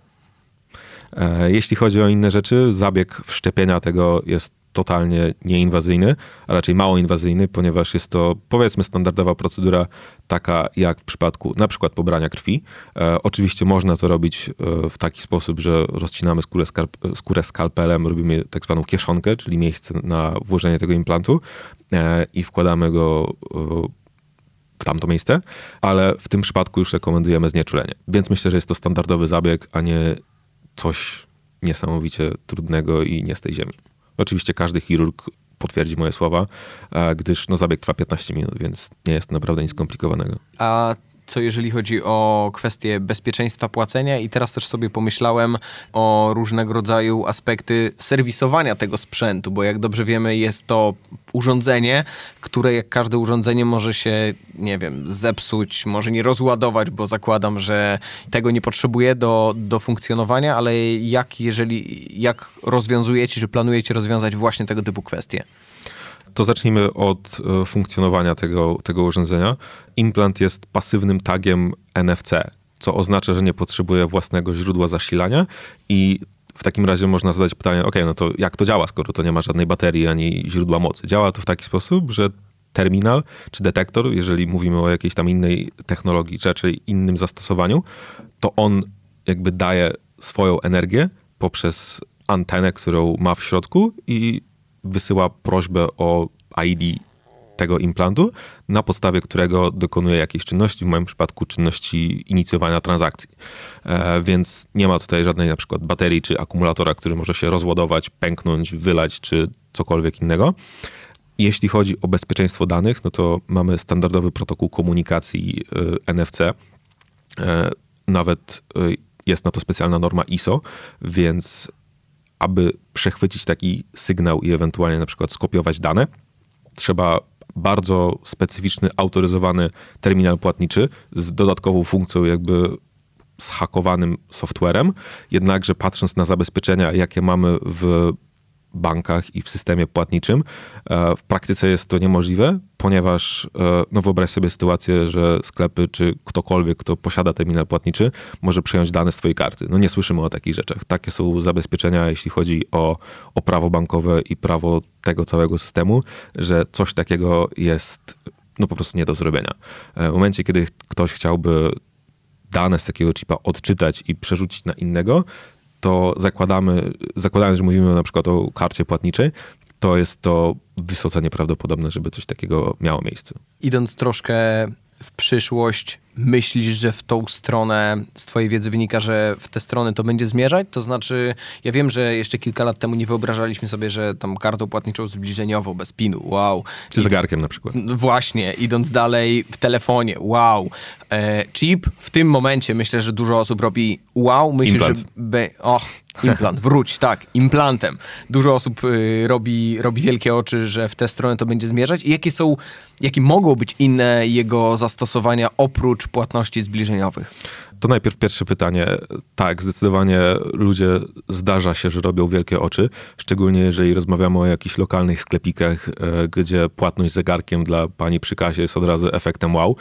Jeśli chodzi o inne rzeczy, zabieg wszczepienia tego jest totalnie nieinwazyjny, a raczej mało inwazyjny, ponieważ jest to, powiedzmy, standardowa procedura, taka jak w przypadku na przykład pobrania krwi. E, oczywiście można to robić e, w taki sposób, że rozcinamy skórę, skalp, skórę skalpelem, robimy tak zwaną kieszonkę, czyli miejsce na włożenie tego implantu e, i wkładamy go e, w tamto miejsce, ale w tym przypadku już rekomendujemy znieczulenie. Więc myślę, że jest to standardowy zabieg, a nie coś niesamowicie trudnego i nie z tej ziemi. Oczywiście każdy chirurg potwierdzi moje słowa, gdyż no, zabieg trwa piętnaście minut, więc nie jest to naprawdę nic skomplikowanego. A co jeżeli chodzi o kwestię bezpieczeństwa płacenia i teraz też sobie pomyślałem o różnego rodzaju aspekty serwisowania tego sprzętu, bo jak dobrze wiemy jest to urządzenie, które jak każde urządzenie może się, nie wiem, zepsuć, może nie rozładować, bo zakładam, że tego nie potrzebuje do, do funkcjonowania, ale jak jeżeli, jak rozwiązujecie, czy planujecie rozwiązać właśnie tego typu kwestie? To zacznijmy od funkcjonowania tego, tego urządzenia. Implant jest pasywnym tagiem N F C, co oznacza, że nie potrzebuje własnego źródła zasilania i w takim razie można zadać pytanie, ok, no to jak to działa, skoro to nie ma żadnej baterii ani źródła mocy? Działa to w taki sposób, że terminal czy detektor, jeżeli mówimy o jakiejś tam innej technologii czy raczej innym zastosowaniu, to on jakby daje swoją energię poprzez antenę, którą ma w środku i wysyła prośbę o I D tego implantu, na podstawie którego dokonuje jakiejś czynności, w moim przypadku czynności inicjowania transakcji. E, więc nie ma tutaj żadnej na przykład baterii czy akumulatora, który może się rozładować, pęknąć, wylać czy cokolwiek innego. Jeśli chodzi o bezpieczeństwo danych, no to mamy standardowy protokół komunikacji y, N F C. E, nawet y, jest na to specjalna norma I S O, więc aby przechwycić taki sygnał i ewentualnie na przykład skopiować dane, trzeba bardzo specyficzny, autoryzowany terminal płatniczy z dodatkową funkcją jakby zhakowanym softwarem. Jednakże patrząc na zabezpieczenia, jakie mamy w bankach i w systemie płatniczym, w praktyce jest to niemożliwe, ponieważ no wyobraź sobie sytuację, że sklepy czy ktokolwiek, kto posiada terminal płatniczy, może przejąć dane z twojej karty. No nie słyszymy o takich rzeczach. Takie są zabezpieczenia, jeśli chodzi o, o prawo bankowe i prawo tego całego systemu, że coś takiego jest no po prostu nie do zrobienia. W momencie, kiedy ktoś chciałby dane z takiego chipa odczytać i przerzucić na innego, to zakładamy, zakładając, że mówimy na przykład o karcie płatniczej, to jest to wysoce nieprawdopodobne, żeby coś takiego miało miejsce. Idąc troszkę w przyszłość, myślisz, że w tą stronę, z twojej wiedzy wynika, że w tę stronę to będzie zmierzać? To znaczy, ja wiem, że jeszcze kilka lat temu nie wyobrażaliśmy sobie, że tam kartą płatniczą zbliżeniową, bez pinu, wow. Czy I, zegarkiem na przykład. Właśnie, idąc dalej, w telefonie, wow. E, chip w tym momencie, myślę, że dużo osób robi wow, myślę, implant. że... Be, och, implant, wróć, tak, implantem. Dużo osób y, robi, robi wielkie oczy, że w tę stronę to będzie zmierzać. I jakie są, jakie mogą być inne jego zastosowania oprócz oprócz płatności zbliżeniowych? To najpierw pierwsze pytanie. Tak, zdecydowanie ludzie zdarza się, że robią wielkie oczy, szczególnie jeżeli rozmawiamy o jakichś lokalnych sklepikach, gdzie płatność zegarkiem dla pani przy kasie jest od razu efektem wow.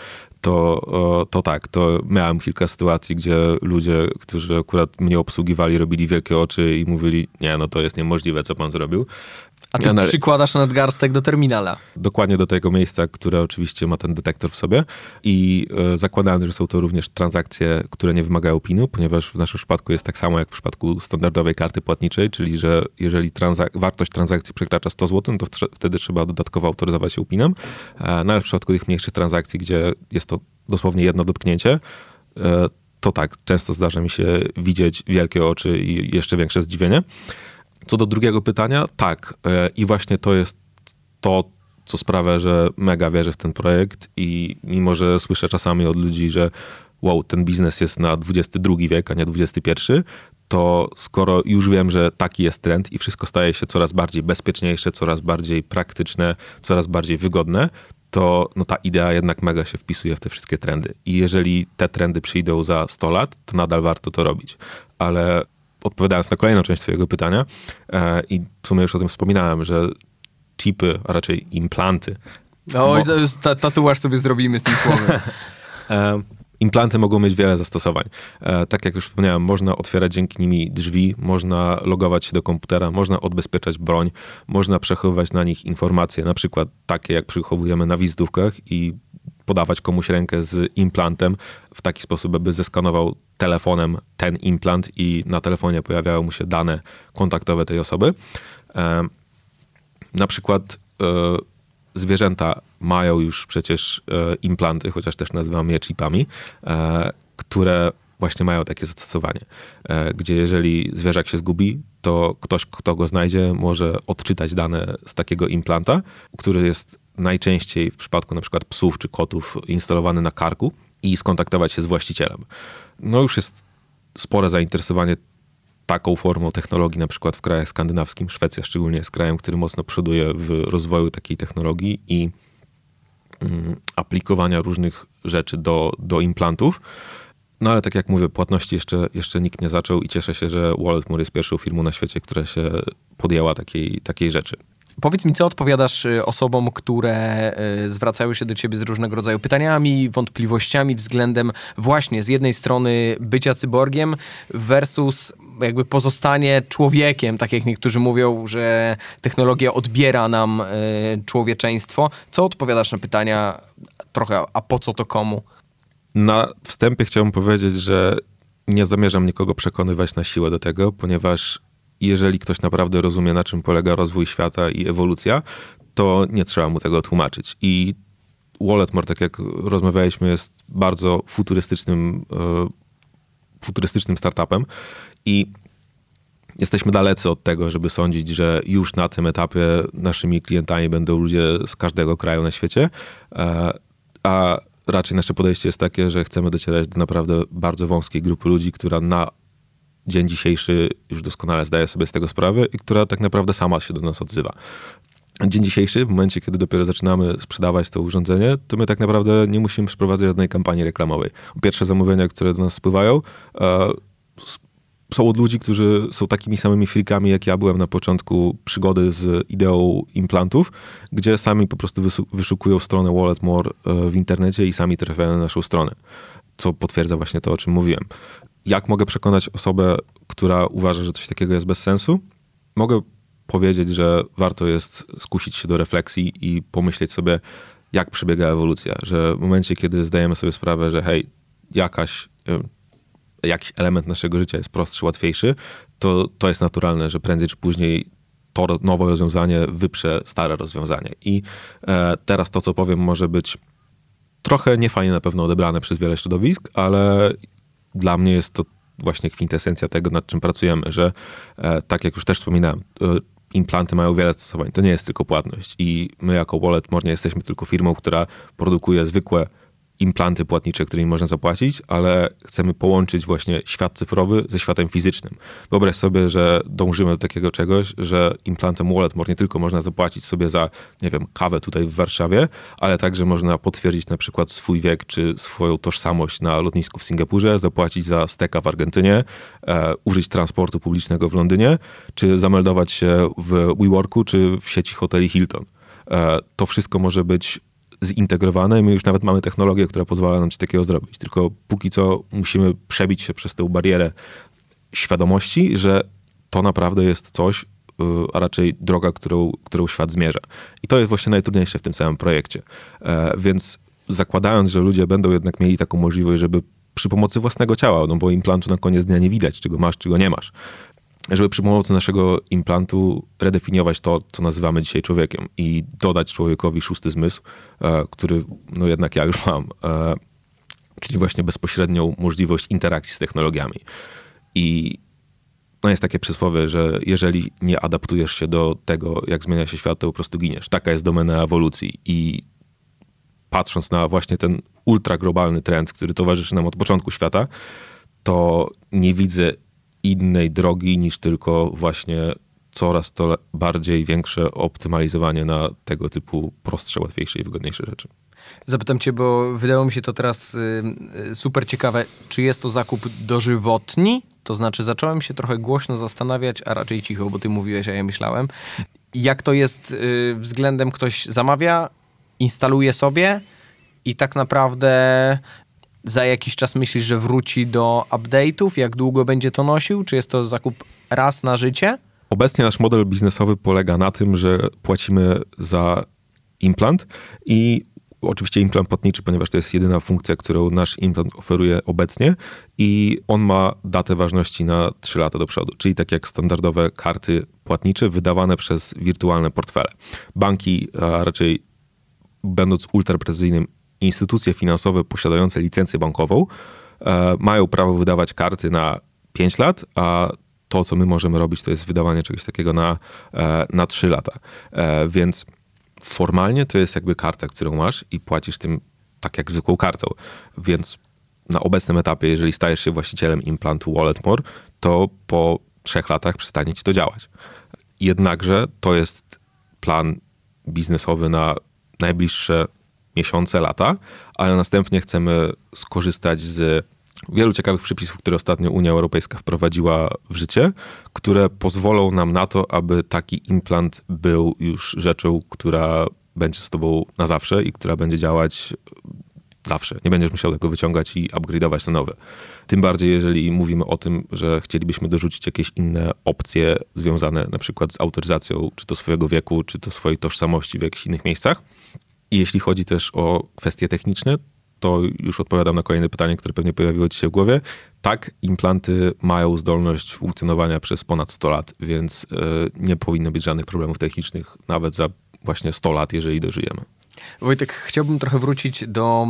To, to tak, to miałem kilka sytuacji, gdzie ludzie, którzy akurat mnie obsługiwali, robili wielkie oczy i mówili, nie, no to jest niemożliwe, co pan zrobił. A ty ja przykładasz nadgarstek do terminala. Dokładnie do tego miejsca, które oczywiście ma ten detektor w sobie i e, zakładając, że są to również transakcje, które nie wymagają pinu, ponieważ w naszym przypadku jest tak samo jak w przypadku standardowej karty płatniczej, czyli że jeżeli transak- wartość transakcji przekracza sto złotych, to w- wtedy trzeba dodatkowo autoryzować się pinem. E, no ale w przypadku tych mniejszych transakcji, gdzie jest to dosłownie jedno dotknięcie, e, to tak, często zdarza mi się widzieć wielkie oczy i jeszcze większe zdziwienie. Co do drugiego pytania, tak. I właśnie to jest to, co sprawia, że mega wierzę w ten projekt i mimo, że słyszę czasami od ludzi, że wow, ten biznes jest na dwudziesty drugi wiek, a nie dwudziesty pierwszy, to skoro już wiem, że taki jest trend i wszystko staje się coraz bardziej bezpieczniejsze, coraz bardziej praktyczne, coraz bardziej wygodne, to no, ta idea jednak mega się wpisuje w te wszystkie trendy. I jeżeli te trendy przyjdą za sto lat, to nadal warto to robić. Ale odpowiadając na kolejną część twojego pytania e, i w sumie już o tym wspominałem, że chipy, a raczej implanty. Oj, bo... ta, tatuaż sobie zrobimy z tym słowem. e, implanty mogą mieć wiele zastosowań. E, tak jak już wspomniałem, można otwierać dzięki nimi drzwi, można logować się do komputera, można odbezpieczać broń, można przechowywać na nich informacje, na przykład takie jak przechowujemy na wizytówkach i podawać komuś rękę z implantem w taki sposób, aby zeskanował telefonem ten implant i na telefonie pojawiały mu się dane kontaktowe tej osoby. E, na przykład e, zwierzęta mają już przecież e, implanty, chociaż też nazywamy je chipami, e, które właśnie mają takie zastosowanie, e, gdzie jeżeli zwierzak się zgubi, to ktoś, kto go znajdzie, może odczytać dane z takiego implanta, który jest najczęściej w przypadku na przykład psów czy kotów instalowany na karku i skontaktować się z właścicielem. No już jest spore zainteresowanie taką formą technologii na przykład w krajach skandynawskich. Szwecja szczególnie jest krajem, który mocno przoduje w rozwoju takiej technologii i mm, aplikowania różnych rzeczy do, do implantów. No ale tak jak mówię, płatności jeszcze, jeszcze nikt nie zaczął i cieszę się, że Walletmore jest pierwszą firmą na świecie, która się podjęła takiej, takiej rzeczy. Powiedz mi, co odpowiadasz osobom, które zwracają się do ciebie z różnego rodzaju pytaniami, wątpliwościami względem właśnie z jednej strony bycia cyborgiem versus jakby pozostanie człowiekiem, tak jak niektórzy mówią, że technologia odbiera nam człowieczeństwo. Co odpowiadasz na pytania trochę, a po co to komu? Na wstępie chciałbym powiedzieć, że nie zamierzam nikogo przekonywać na siłę do tego, ponieważ jeżeli ktoś naprawdę rozumie, na czym polega rozwój świata i ewolucja, to nie trzeba mu tego tłumaczyć. I Walletmore, tak jak rozmawialiśmy, jest bardzo futurystycznym, e, futurystycznym startupem i jesteśmy dalecy od tego, żeby sądzić, że już na tym etapie naszymi klientami będą ludzie z każdego kraju na świecie, e, a raczej nasze podejście jest takie, że chcemy docierać do naprawdę bardzo wąskiej grupy ludzi, która na dzień dzisiejszy już doskonale zdaje sobie z tego sprawę i która tak naprawdę sama się do nas odzywa. Dzień dzisiejszy, w momencie, kiedy dopiero zaczynamy sprzedawać to urządzenie, to my tak naprawdę nie musimy przeprowadzać żadnej kampanii reklamowej. Pierwsze zamówienia, które do nas spływają, e, są od ludzi, którzy są takimi samymi freakami, jak ja byłem na początku przygody z ideą implantów, gdzie sami po prostu wyszukują stronę Walletmore w internecie i sami trafiają na naszą stronę, co potwierdza właśnie to, o czym mówiłem. Jak mogę przekonać osobę, która uważa, że coś takiego jest bez sensu? Mogę powiedzieć, że warto jest skusić się do refleksji i pomyśleć sobie, jak przebiega ewolucja, że w momencie, kiedy zdajemy sobie sprawę, że hej, jakaś, jakiś element naszego życia jest prostszy, łatwiejszy, to, to jest naturalne, że prędzej czy później to nowe rozwiązanie wyprze stare rozwiązanie. I e, teraz to, co powiem, może być trochę niefajnie na pewno odebrane przez wiele środowisk, ale dla mnie jest to właśnie kwintesencja tego, nad czym pracujemy, że e, tak jak już też wspominałem, e, implanty mają wiele zastosowań. To nie jest tylko płatność i my jako Walletmore nie jesteśmy tylko firmą, która produkuje zwykłe implanty płatnicze, którymi można zapłacić, ale chcemy połączyć właśnie świat cyfrowy ze światem fizycznym. Wyobraź sobie, że dążymy do takiego czegoś, że implantem Walletmore nie tylko można zapłacić sobie za, nie wiem, kawę tutaj w Warszawie, ale także można potwierdzić na przykład swój wiek czy swoją tożsamość na lotnisku w Singapurze, zapłacić za steka w Argentynie, e, użyć transportu publicznego w Londynie, czy zameldować się w WeWorku, czy w sieci hoteli Hilton. E, to wszystko może być zintegrowane i my już nawet mamy technologię, która pozwala nam coś takiego zrobić. Tylko póki co musimy przebić się przez tę barierę świadomości, że to naprawdę jest coś, a raczej droga, którą, którą świat zmierza. I to jest właśnie najtrudniejsze w tym całym projekcie. E, więc zakładając, że ludzie będą jednak mieli taką możliwość, żeby przy pomocy własnego ciała, no bo implantu na koniec dnia nie widać, czego masz, czego nie masz, żeby przy pomocy naszego implantu redefiniować to, co nazywamy dzisiaj człowiekiem i dodać człowiekowi szósty zmysł, e, który no jednak ja już mam, e, czyli właśnie bezpośrednią możliwość interakcji z technologiami. I no jest takie przysłowie, że jeżeli nie adaptujesz się do tego, jak zmienia się świat, to po prostu giniesz. Taka jest domena ewolucji i patrząc na właśnie ten ultraglobalny trend, który towarzyszy nam od początku świata, to nie widzę innej drogi niż tylko właśnie coraz to bardziej większe optymalizowanie na tego typu prostsze, łatwiejsze i wygodniejsze rzeczy. Zapytam cię, bo wydało mi się to teraz y, super ciekawe. Czy jest to zakup dożywotni? To znaczy zacząłem się trochę głośno zastanawiać, a raczej cicho, bo ty mówiłeś, a ja myślałem. Jak to jest y, względem ktoś zamawia, instaluje sobie i tak naprawdę za jakiś czas myślisz, że wróci do update'ów? Jak długo będzie to nosił? Czy jest to zakup raz na życie? Obecnie nasz model biznesowy polega na tym, że płacimy za implant i oczywiście implant płatniczy, ponieważ to jest jedyna funkcja, którą nasz implant oferuje obecnie i on ma datę ważności na trzy lata do przodu, czyli tak jak standardowe karty płatnicze wydawane przez wirtualne portfele. Banki, a raczej będąc ultraprecyzyjnym, instytucje finansowe posiadające licencję bankową e, mają prawo wydawać karty na pięć lat, a to, co my możemy robić, to jest wydawanie czegoś takiego na, e, na trzy lata. E, więc formalnie to jest jakby karta, którą masz i płacisz tym tak jak zwykłą kartą. Więc na obecnym etapie, jeżeli stajesz się właścicielem implantu Walletmore, to po trzech latach przestanie ci to działać. Jednakże to jest plan biznesowy na najbliższe miesiące, lata, ale następnie chcemy skorzystać z wielu ciekawych przepisów, które ostatnio Unia Europejska wprowadziła w życie, które pozwolą nam na to, aby taki implant był już rzeczą, która będzie z tobą na zawsze i która będzie działać zawsze. Nie będziesz musiał tego wyciągać i upgrade'ować na nowe. Tym bardziej, jeżeli mówimy o tym, że chcielibyśmy dorzucić jakieś inne opcje związane na przykład z autoryzacją, czy to swojego wieku, czy to swojej tożsamości w jakichś innych miejscach. I jeśli chodzi też o kwestie techniczne, to już odpowiadam na kolejne pytanie, które pewnie pojawiło ci się w głowie. Tak, implanty mają zdolność funkcjonowania przez ponad sto lat, więc nie powinno być żadnych problemów technicznych, nawet za właśnie sto lat, jeżeli dożyjemy. Wojtek, chciałbym trochę wrócić do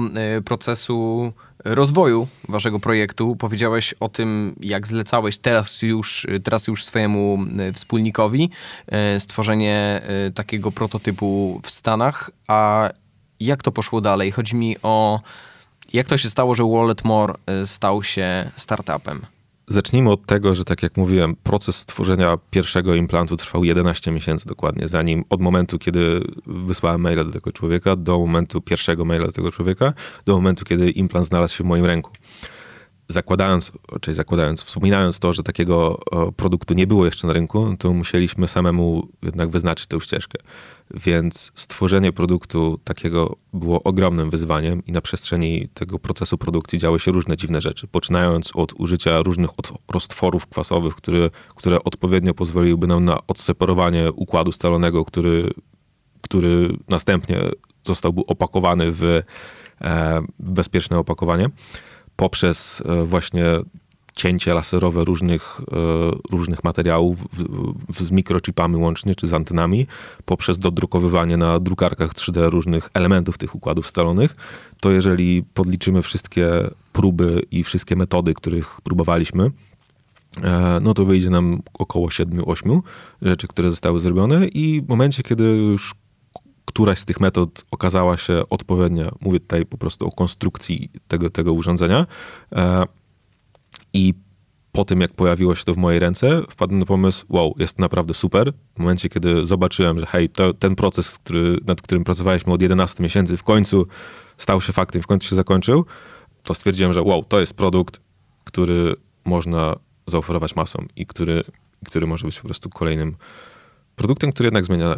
procesu rozwoju waszego projektu. Powiedziałeś o tym, jak zlecałeś teraz już, teraz już swojemu wspólnikowi stworzenie takiego prototypu w Stanach, a jak to poszło dalej? Chodzi mi o, jak to się stało, że Walletmore stał się startupem? Zacznijmy od tego, że tak jak mówiłem, proces stworzenia pierwszego implantu trwał jedenaście miesięcy dokładnie, zanim od momentu, kiedy wysłałem maila do tego człowieka, do momentu pierwszego maila do tego człowieka, do momentu, kiedy implant znalazł się w moim ręku. Zakładając, czyli zakładając, wspominając to, że takiego produktu nie było jeszcze na rynku, to musieliśmy samemu jednak wyznaczyć tę ścieżkę. Więc stworzenie produktu takiego było ogromnym wyzwaniem i na przestrzeni tego procesu produkcji działy się różne dziwne rzeczy. Poczynając od użycia różnych roztworów kwasowych, które, które odpowiednio pozwoliłyby nam na odseparowanie układu scalonego, który, który następnie zostałby opakowany w, e, w bezpieczne opakowanie, poprzez właśnie cięcie laserowe różnych, różnych materiałów z mikrochipami łącznie, czy z antenami, poprzez dodrukowywanie na drukarkach trzy D różnych elementów tych układów scalonych, to jeżeli podliczymy wszystkie próby i wszystkie metody, których próbowaliśmy, no to wyjdzie nam około siedem osiem rzeczy, które zostały zrobione i w momencie, kiedy już któraś z tych metod okazała się odpowiednia. Mówię tutaj po prostu o konstrukcji tego, tego urządzenia. I po tym, jak pojawiło się to w mojej ręce, wpadłem na pomysł, wow, jest to naprawdę super. W momencie, kiedy zobaczyłem, że hej, to, ten proces, który, nad którym pracowaliśmy od jedenastu miesięcy, w końcu stał się faktem, w końcu się zakończył, to stwierdziłem, że wow, to jest produkt, który można zaoferować masom i który, który może być po prostu kolejnym produktem, który jednak zmienia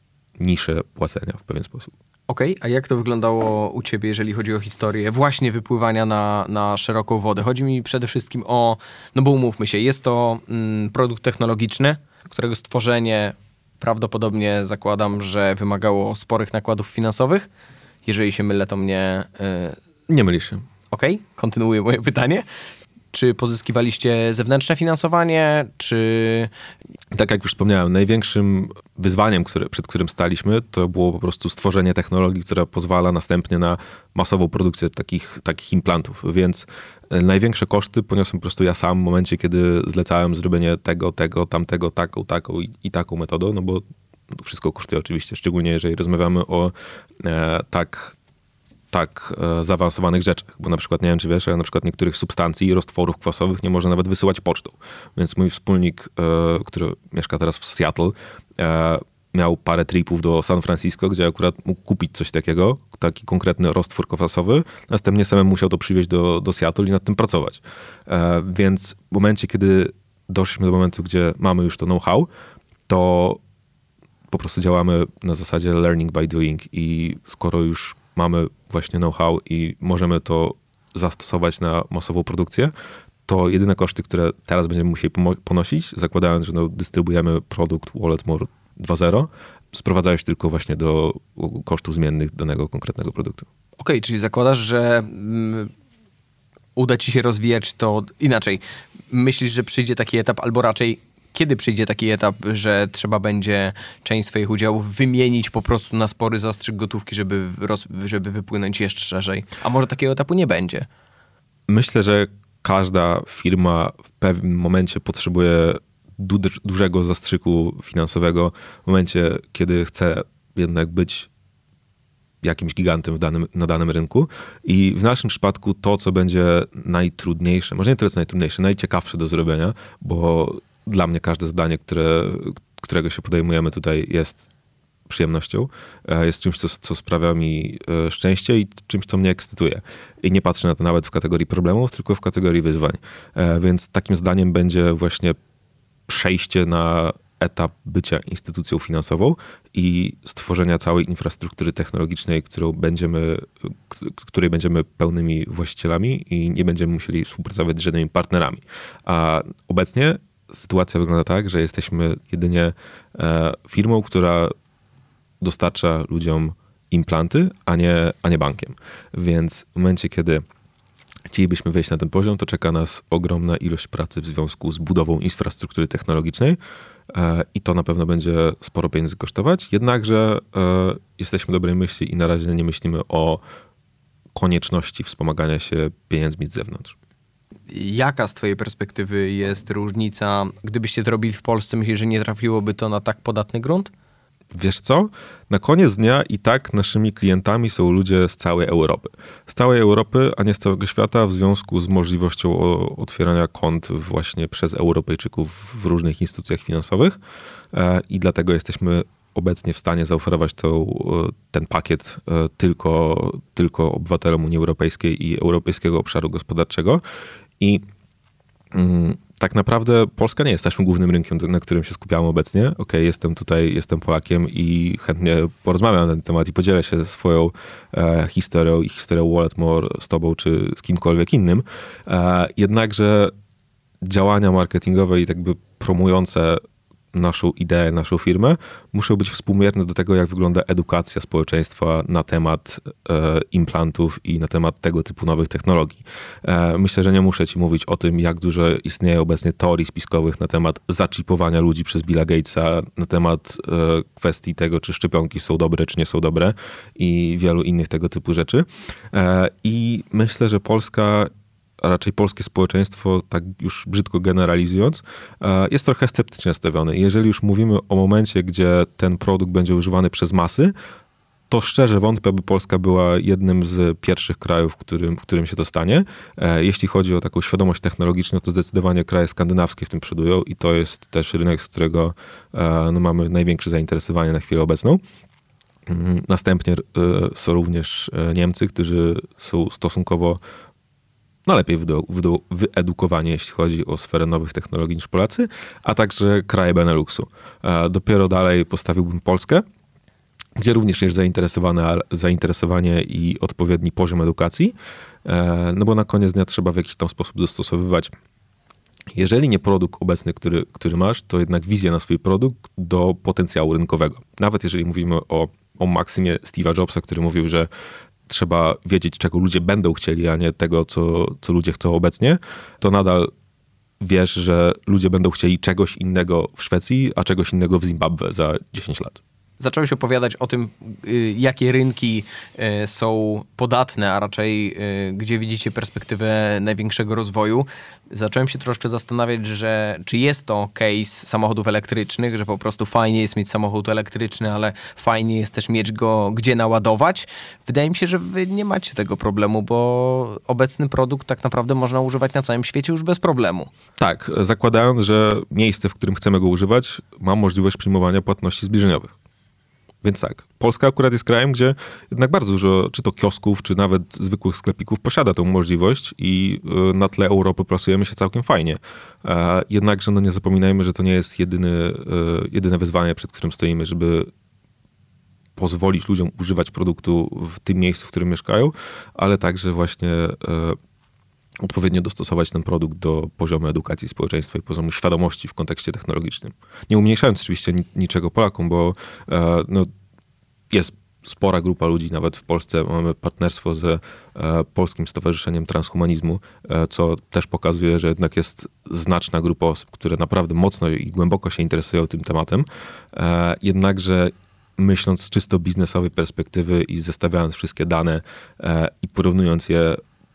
niszę płacenia w pewien sposób. Okej, okay, a jak to wyglądało u ciebie, jeżeli chodzi o historię właśnie wypływania na, na szeroką wodę? Chodzi mi przede wszystkim o, no bo umówmy się, jest to mm, produkt technologiczny, którego stworzenie prawdopodobnie zakładam, że wymagało sporych nakładów finansowych. Jeżeli się mylę, to mnie... Yy... Nie mylisz się. Okej, okay, kontynuuję moje pytanie. Czy pozyskiwaliście zewnętrzne finansowanie, czy... Tak jak już wspomniałem, największym wyzwaniem, które, przed którym staliśmy, to było po prostu stworzenie technologii, która pozwala następnie na masową produkcję takich, takich implantów. Więc największe koszty poniosłem po prostu ja sam w momencie, kiedy zlecałem zrobienie tego, tego, tamtego, taką, taką i, i taką metodą, no bo to wszystko kosztuje oczywiście, szczególnie jeżeli rozmawiamy o e, tak... tak e, zaawansowanych rzeczach, bo na przykład, nie wiem czy wiesz, ale na przykład niektórych substancji i roztworów kwasowych nie można nawet wysyłać pocztą. Więc mój wspólnik, e, który mieszka teraz w Seattle, e, miał parę tripów do San Francisco, gdzie akurat mógł kupić coś takiego, taki konkretny roztwór kwasowy, następnie samemu musiał to przywieźć do, do Seattle i nad tym pracować. E, więc w momencie, kiedy doszliśmy do momentu, gdzie mamy już to know-how, to po prostu działamy na zasadzie learning by doing i skoro już mamy właśnie know-how i możemy to zastosować na masową produkcję, to jedyne koszty, które teraz będziemy musieli ponosić, zakładając, że no, dystrybuujemy produkt WalletMore dwa zero, sprowadzają się tylko właśnie do kosztów zmiennych danego konkretnego produktu. Okej, okay, czyli zakładasz, że mm, uda ci się rozwijać to inaczej. Myślisz, że przyjdzie taki etap, albo raczej kiedy przyjdzie taki etap, że trzeba będzie część swoich udziałów wymienić po prostu na spory zastrzyk gotówki, żeby, roz, żeby wypłynąć jeszcze szerzej? A może takiego etapu nie będzie? Myślę, że każda firma w pewnym momencie potrzebuje du- dużego zastrzyku finansowego w momencie, kiedy chce jednak być jakimś gigantem w danym, na danym rynku. I w naszym przypadku to, co będzie najtrudniejsze, może nie tyle co najtrudniejsze, najciekawsze do zrobienia, bo dla mnie każde zadanie, które, którego się podejmujemy tutaj jest przyjemnością, jest czymś, co, co sprawia mi szczęście i czymś, co mnie ekscytuje. I nie patrzę na to nawet w kategorii problemów, tylko w kategorii wyzwań. Więc takim zadaniem będzie właśnie przejście na etap bycia instytucją finansową i stworzenia całej infrastruktury technologicznej, którą będziemy, której będziemy pełnymi właścicielami i nie będziemy musieli współpracować z żadnymi partnerami. A obecnie sytuacja wygląda tak, że jesteśmy jedynie e, firmą, która dostarcza ludziom implanty, a nie, a nie bankiem. Więc w momencie, kiedy chcielibyśmy wejść na ten poziom, to czeka nas ogromna ilość pracy w związku z budową infrastruktury technologicznej e, i to na pewno będzie sporo pieniędzy kosztować. Jednakże e, jesteśmy dobrej myśli i na razie nie myślimy o konieczności wspomagania się pieniędzmi z zewnątrz. Jaka z twojej perspektywy jest różnica, gdybyście to robili w Polsce? Myślisz, że nie trafiłoby to na tak podatny grunt? Wiesz co? Na koniec dnia i tak naszymi klientami są ludzie z całej Europy. Z całej Europy, a nie z całego świata, w związku z możliwością otwierania kont właśnie przez Europejczyków w różnych instytucjach finansowych i dlatego jesteśmy obecnie w stanie zaoferować to, ten pakiet tylko, tylko obywatelom Unii Europejskiej i Europejskiego Obszaru Gospodarczego. I mm, tak naprawdę Polska nie jest naszym głównym rynkiem, na którym się skupiamy obecnie. Okej, okay, jestem tutaj, jestem Polakiem i chętnie porozmawiam na ten temat i podzielę się swoją e, historią i historią WalletMore z tobą czy z kimkolwiek innym. E, jednakże działania marketingowe i tak by promujące naszą ideę, naszą firmę, muszą być współmierne do tego, jak wygląda edukacja społeczeństwa na temat e, implantów i na temat tego typu nowych technologii. E, myślę, że nie muszę ci mówić o tym, jak dużo istnieje obecnie teorii spiskowych na temat zaczipowania ludzi przez Billa Gatesa, na temat e, kwestii tego, czy szczepionki są dobre, czy nie są dobre i wielu innych tego typu rzeczy. E, I myślę, że Polska, a raczej polskie społeczeństwo, tak już brzydko generalizując, jest trochę sceptycznie nastawione. Jeżeli już mówimy o momencie, gdzie ten produkt będzie używany przez masy, to szczerze wątpię, aby Polska była jednym z pierwszych krajów, w którym, w którym się to stanie. Jeśli chodzi o taką świadomość technologiczną, to zdecydowanie kraje skandynawskie w tym przodują i to jest też rynek, z którego no, mamy największe zainteresowanie na chwilę obecną. Następnie są również Niemcy, którzy są stosunkowo no lepiej wyedukowani, jeśli chodzi o sferę nowych technologii niż Polacy, a także kraje Beneluxu. Dopiero dalej postawiłbym Polskę, gdzie również jest zainteresowane, zainteresowanie i odpowiedni poziom edukacji, no bo na koniec dnia trzeba w jakiś tam sposób dostosowywać, jeżeli nie produkt obecny, który, który masz, to jednak wizję na swój produkt do potencjału rynkowego. Nawet jeżeli mówimy o, o maksymie Steve'a Jobsa, który mówił, że trzeba wiedzieć, czego ludzie będą chcieli, a nie tego, co, co ludzie chcą obecnie, to nadal wiesz, że ludzie będą chcieli czegoś innego w Szwecji, a czegoś innego w Zimbabwe za dziesięć lat. Zacząłeś opowiadać o tym, jakie rynki są podatne, a raczej gdzie widzicie perspektywę największego rozwoju. Zacząłem się troszkę zastanawiać, że czy jest to case samochodów elektrycznych, że po prostu fajnie jest mieć samochód elektryczny, ale fajnie jest też mieć go gdzie naładować. Wydaje mi się, że wy nie macie tego problemu, bo obecny produkt tak naprawdę można używać na całym świecie już bez problemu. Tak, zakładając, że miejsce, w którym chcemy go używać, ma możliwość przyjmowania płatności zbliżeniowych. Więc tak, Polska akurat jest krajem, gdzie jednak bardzo dużo, czy to kiosków, czy nawet zwykłych sklepików posiada tą możliwość i na tle Europy plasujemy się całkiem fajnie. Jednakże no nie zapominajmy, że to nie jest jedyny, jedyne wyzwanie, przed którym stoimy, żeby pozwolić ludziom używać produktu w tym miejscu, w którym mieszkają, ale także właśnie odpowiednio dostosować ten produkt do poziomu edukacji społeczeństwa i poziomu świadomości w kontekście technologicznym. Nie umniejszając oczywiście niczego Polakom, bo no, jest spora grupa ludzi, nawet w Polsce mamy partnerstwo z Polskim Stowarzyszeniem Transhumanizmu, co też pokazuje, że jednak jest znaczna grupa osób, które naprawdę mocno i głęboko się interesują tym tematem. Jednakże myśląc z czysto biznesowej perspektywy i zestawiając wszystkie dane i porównując je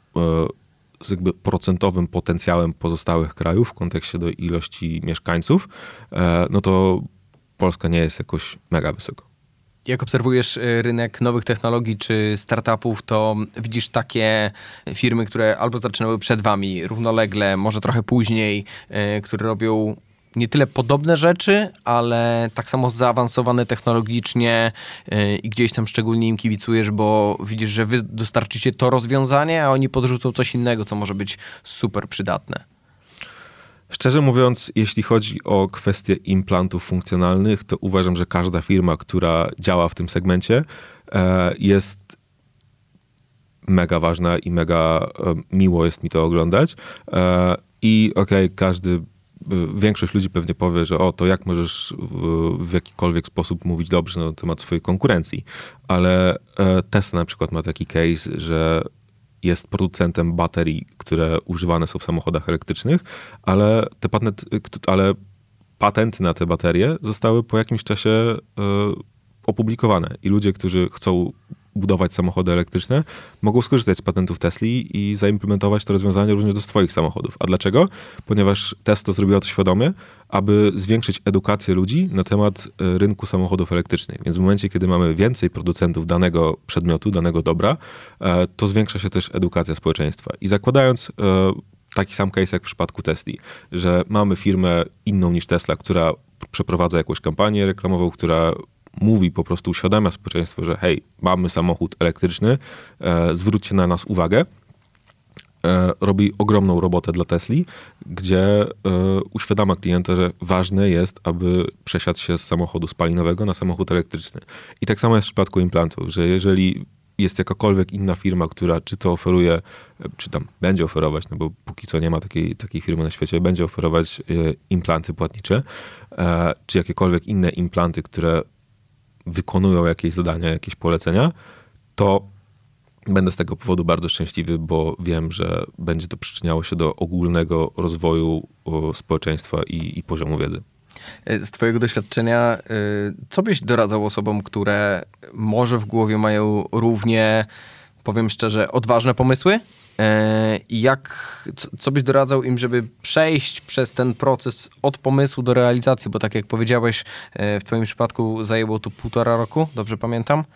z jakby procentowym potencjałem pozostałych krajów w kontekście do ilości mieszkańców, no to Polska nie jest jakoś mega wysoko. Jak obserwujesz rynek nowych technologii czy startupów, to widzisz takie firmy, które albo zaczynały przed wami równolegle, może trochę później, które robią nie tyle podobne rzeczy, ale tak samo zaawansowane technologicznie i gdzieś tam szczególnie im kibicujesz, bo widzisz, że wy dostarczycie to rozwiązanie, a oni podrzucą coś innego, co może być super przydatne. Szczerze mówiąc, jeśli chodzi o kwestie implantów funkcjonalnych, to uważam, że każda firma, która działa w tym segmencie, jest mega ważna i mega miło jest mi to oglądać. I okej, okay, każdy Większość ludzi pewnie powie, że o, to jak możesz w, w jakikolwiek sposób mówić dobrze na temat swojej konkurencji. Ale Tesla na przykład ma taki case, że jest producentem baterii, które używane są w samochodach elektrycznych, ale te patenty, ale patenty na te baterie zostały po jakimś czasie opublikowane i ludzie, którzy chcą budować samochody elektryczne, mogą skorzystać z patentów Tesli i zaimplementować to rozwiązanie również do swoich samochodów. A dlaczego? Ponieważ Tesla zrobiła to świadomie, aby zwiększyć edukację ludzi na temat rynku samochodów elektrycznych. Więc w momencie, kiedy mamy więcej producentów danego przedmiotu, danego dobra, to zwiększa się też edukacja społeczeństwa. I zakładając taki sam case jak w przypadku Tesli, że mamy firmę inną niż Tesla, która przeprowadza jakąś kampanię reklamową, która mówi, po prostu uświadamia społeczeństwo, że hej, mamy samochód elektryczny, e, zwróćcie na nas uwagę. E, robi ogromną robotę dla Tesli, gdzie e, uświadamia klienta, że ważne jest, aby przesiadł się z samochodu spalinowego na samochód elektryczny. I tak samo jest w przypadku implantów, że jeżeli jest jakakolwiek inna firma, która czy to oferuje, czy tam będzie oferować, no bo póki co nie ma takiej, takiej firmy na świecie, będzie oferować e, implanty płatnicze, e, czy jakiekolwiek inne implanty, które wykonują jakieś zadania, jakieś polecenia, to będę z tego powodu bardzo szczęśliwy, bo wiem, że będzie to przyczyniało się do ogólnego rozwoju społeczeństwa i, i poziomu wiedzy. Z twojego doświadczenia, co byś doradzał osobom, które może w głowie mają równie, powiem szczerze, odważne pomysły? I jak, co byś doradzał im, żeby przejść przez ten proces od pomysłu do realizacji? Bo tak jak powiedziałeś, w twoim przypadku zajęło to półtora roku, dobrze pamiętam?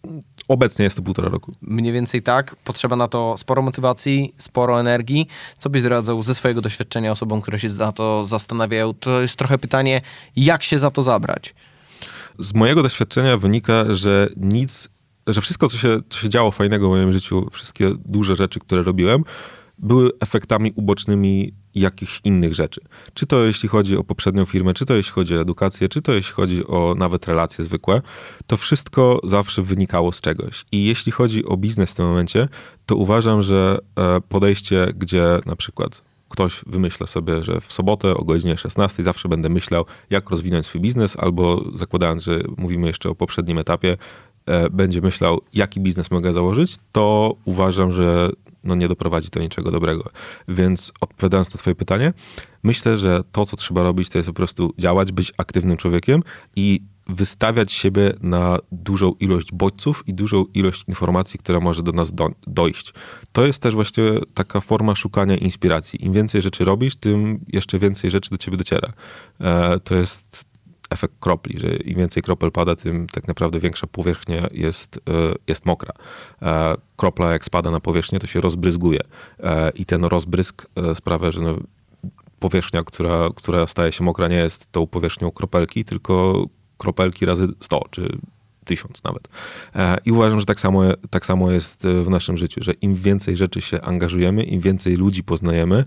Obecnie jest to półtora roku. Mniej więcej tak. Potrzeba na to sporo motywacji, sporo energii. Co byś doradzał ze swojego doświadczenia osobom, które się na to zastanawiają? To jest trochę pytanie, jak się za to zabrać? Z mojego doświadczenia wynika, że nic, że wszystko, co się, co się działo fajnego w moim życiu, wszystkie duże rzeczy, które robiłem, były efektami ubocznymi jakichś innych rzeczy. Czy to jeśli chodzi o poprzednią firmę, czy to jeśli chodzi o edukację, czy to jeśli chodzi o nawet relacje zwykłe, to wszystko zawsze wynikało z czegoś. I jeśli chodzi o biznes w tym momencie, to uważam, że podejście, gdzie na przykład ktoś wymyśla sobie, że w sobotę o godzinie szesnastej zawsze będę myślał, jak rozwinąć swój biznes, albo zakładając, że mówimy jeszcze o poprzednim etapie, będzie myślał, jaki biznes mogę założyć, to uważam, że no nie doprowadzi do niczego dobrego. Więc odpowiadając na twoje pytanie, myślę, że to, co trzeba robić, to jest po prostu działać, być aktywnym człowiekiem i wystawiać siebie na dużą ilość bodźców i dużą ilość informacji, która może do nas do, dojść. To jest też właśnie taka forma szukania inspiracji. Im więcej rzeczy robisz, tym jeszcze więcej rzeczy do ciebie dociera. E, to jest efekt kropli, że im więcej kropel pada, tym tak naprawdę większa powierzchnia jest, jest mokra. Kropla jak spada na powierzchnię, to się rozbryzguje i ten rozbryzg sprawia, że no powierzchnia, która, która staje się mokra, nie jest tą powierzchnią kropelki, tylko kropelki razy sto, czy tysiąc nawet. I uważam, że tak samo, tak samo jest w naszym życiu, że im więcej rzeczy się angażujemy, im więcej ludzi poznajemy,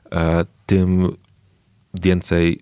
tym więcej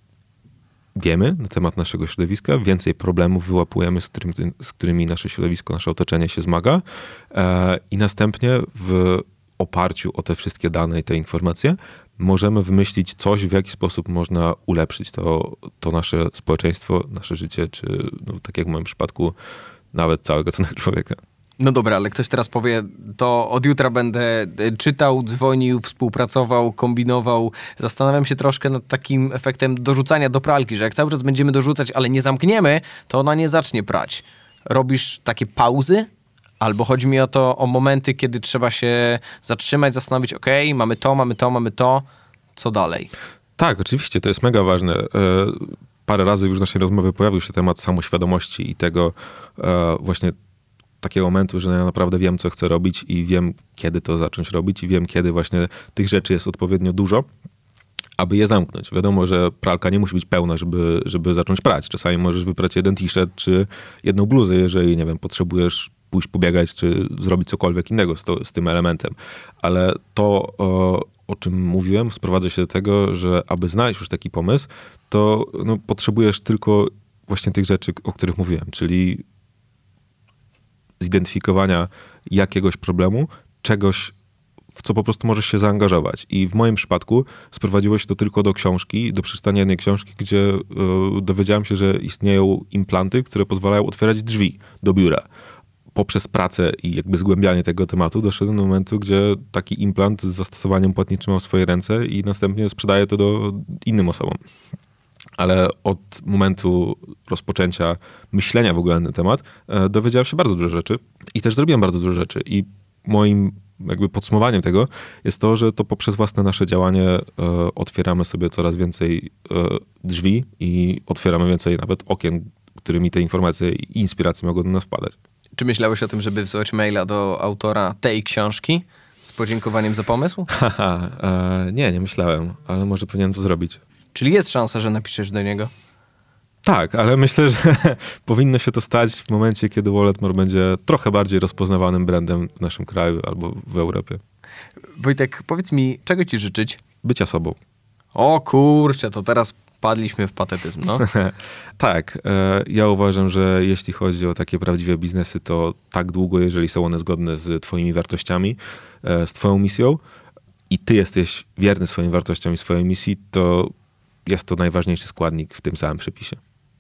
wiemy na temat naszego środowiska, więcej problemów wyłapujemy, z, którym, z którymi nasze środowisko, nasze otoczenie się zmaga e, i następnie w oparciu o te wszystkie dane i te informacje możemy wymyślić coś, w jaki sposób można ulepszyć to, to nasze społeczeństwo, nasze życie, czy no, tak jak w moim przypadku nawet całego gatunek człowieka. No dobra, ale ktoś teraz powie, to od jutra będę czytał, dzwonił, współpracował, kombinował. Zastanawiam się troszkę nad takim efektem dorzucania do pralki, że jak cały czas będziemy dorzucać, ale nie zamkniemy, to ona nie zacznie prać. Robisz takie pauzy? Albo chodzi mi o to, o momenty, kiedy trzeba się zatrzymać, zastanowić, ok, mamy to, mamy to, mamy to, co dalej? Tak, oczywiście, to jest mega ważne. Parę razy już w naszej rozmowie pojawił się temat samoświadomości i tego właśnie takiego momentu, że ja naprawdę wiem, co chcę robić i wiem, kiedy to zacząć robić i wiem, kiedy właśnie tych rzeczy jest odpowiednio dużo, aby je zamknąć. Wiadomo, że pralka nie musi być pełna, żeby, żeby zacząć prać. Czasami możesz wyprać jeden t-shirt czy jedną bluzę, jeżeli, nie wiem, potrzebujesz pójść pobiegać czy zrobić cokolwiek innego z, to, z tym elementem. Ale to, o, o czym mówiłem, sprowadza się do tego, że aby znaleźć już taki pomysł, to no, potrzebujesz tylko właśnie tych rzeczy, o których mówiłem, czyli zidentyfikowania jakiegoś problemu, czegoś, w co po prostu możesz się zaangażować. I w moim przypadku sprowadziło się to tylko do książki, do przeczytania jednej książki, gdzie y, dowiedziałem się, że istnieją implanty, które pozwalają otwierać drzwi do biura. Poprzez pracę i jakby zgłębianie tego tematu doszedłem do momentu, gdzie taki implant z zastosowaniem płatniczym mam w swoje ręce i następnie sprzedaję to do innym osobom. Ale od momentu rozpoczęcia myślenia w ogóle na ten temat e, dowiedziałem się bardzo dużo rzeczy i też zrobiłem bardzo dużo rzeczy. I moim jakby podsumowaniem tego jest to, że to poprzez własne nasze działanie e, otwieramy sobie coraz więcej e, drzwi i otwieramy więcej nawet okien, którymi te informacje i inspiracje mogą do nas wpadać. Czy myślałeś o tym, żeby wysłać maila do autora tej książki z podziękowaniem za pomysł? Haha, e, nie, nie myślałem, ale może powinienem to zrobić. Czyli jest szansa, że napiszesz do niego? Tak, ale myślę, że powinno się to stać w momencie, kiedy Walletmore będzie trochę bardziej rozpoznawanym brandem w naszym kraju albo w Europie. Wojtek, powiedz mi, czego ci życzyć? Bycia sobą. O kurczę, to teraz padliśmy w patetyzm, no. Tak, e, ja uważam, że jeśli chodzi o takie prawdziwe biznesy, to tak długo, jeżeli są one zgodne z twoimi wartościami, e, z twoją misją i ty jesteś wierny swoim wartościom i swojej misji, to jest to najważniejszy składnik w tym samym przepisie.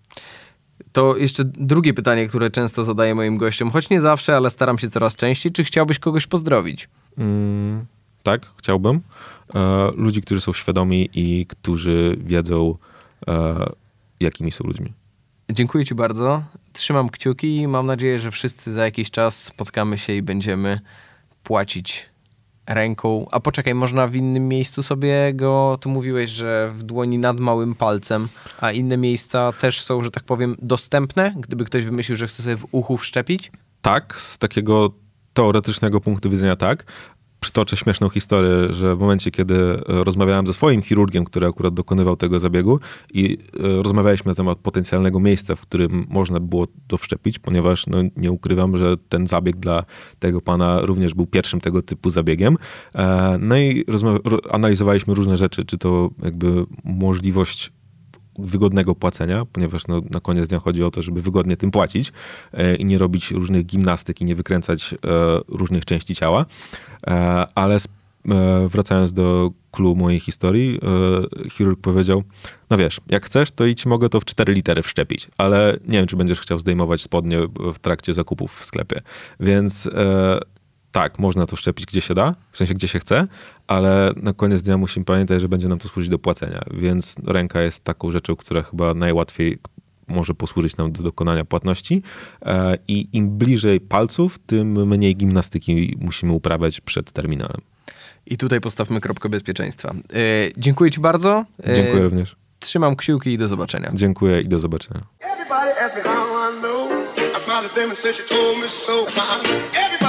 To jeszcze drugie pytanie, które często zadaję moim gościom, choć nie zawsze, ale staram się coraz częściej. Czy chciałbyś kogoś pozdrowić? Mm, tak, chciałbym. E, ludzi, którzy są świadomi i którzy wiedzą, e, jakimi są ludźmi. Dziękuję ci bardzo. Trzymam kciuki i mam nadzieję, że wszyscy za jakiś czas spotkamy się i będziemy płacić ręką. A poczekaj, można w innym miejscu sobie go, tu mówiłeś, że w dłoni nad małym palcem, a inne miejsca też są, że tak powiem, dostępne, gdyby ktoś wymyślił, że chce sobie w uchu wszczepić? tak, z takiego teoretycznego punktu widzenia tak. Przytoczę śmieszną historię, że w momencie, kiedy rozmawiałem ze swoim chirurgiem, który akurat dokonywał tego zabiegu i rozmawialiśmy na temat potencjalnego miejsca, w którym można było to wszczepić, ponieważ no, nie ukrywam, że ten zabieg dla tego pana również był pierwszym tego typu zabiegiem. No i analizowaliśmy różne rzeczy, czy to jakby możliwość wygodnego płacenia, ponieważ no, na koniec dnia chodzi o to, żeby wygodnie tym płacić e, i nie robić różnych gimnastyk i nie wykręcać e, różnych części ciała. E, ale sp- e, wracając do clou mojej historii, e, chirurg powiedział, no wiesz, jak chcesz, to i ci mogę to w cztery litery wszczepić, ale nie wiem, czy będziesz chciał zdejmować spodnie w trakcie zakupów w sklepie. Więc e, tak, można to wszczepić gdzie się da, w sensie gdzie się chce, ale na koniec dnia musimy pamiętać, że będzie nam to służyć do płacenia, więc ręka jest taką rzeczą, która chyba najłatwiej może posłużyć nam do dokonania płatności i im bliżej palców, tym mniej gimnastyki musimy uprawiać przed terminalem. I tutaj postawmy kropkę bezpieczeństwa. E, dziękuję ci bardzo. E, dziękuję również. Trzymam kciuki i do zobaczenia. Dziękuję i do zobaczenia.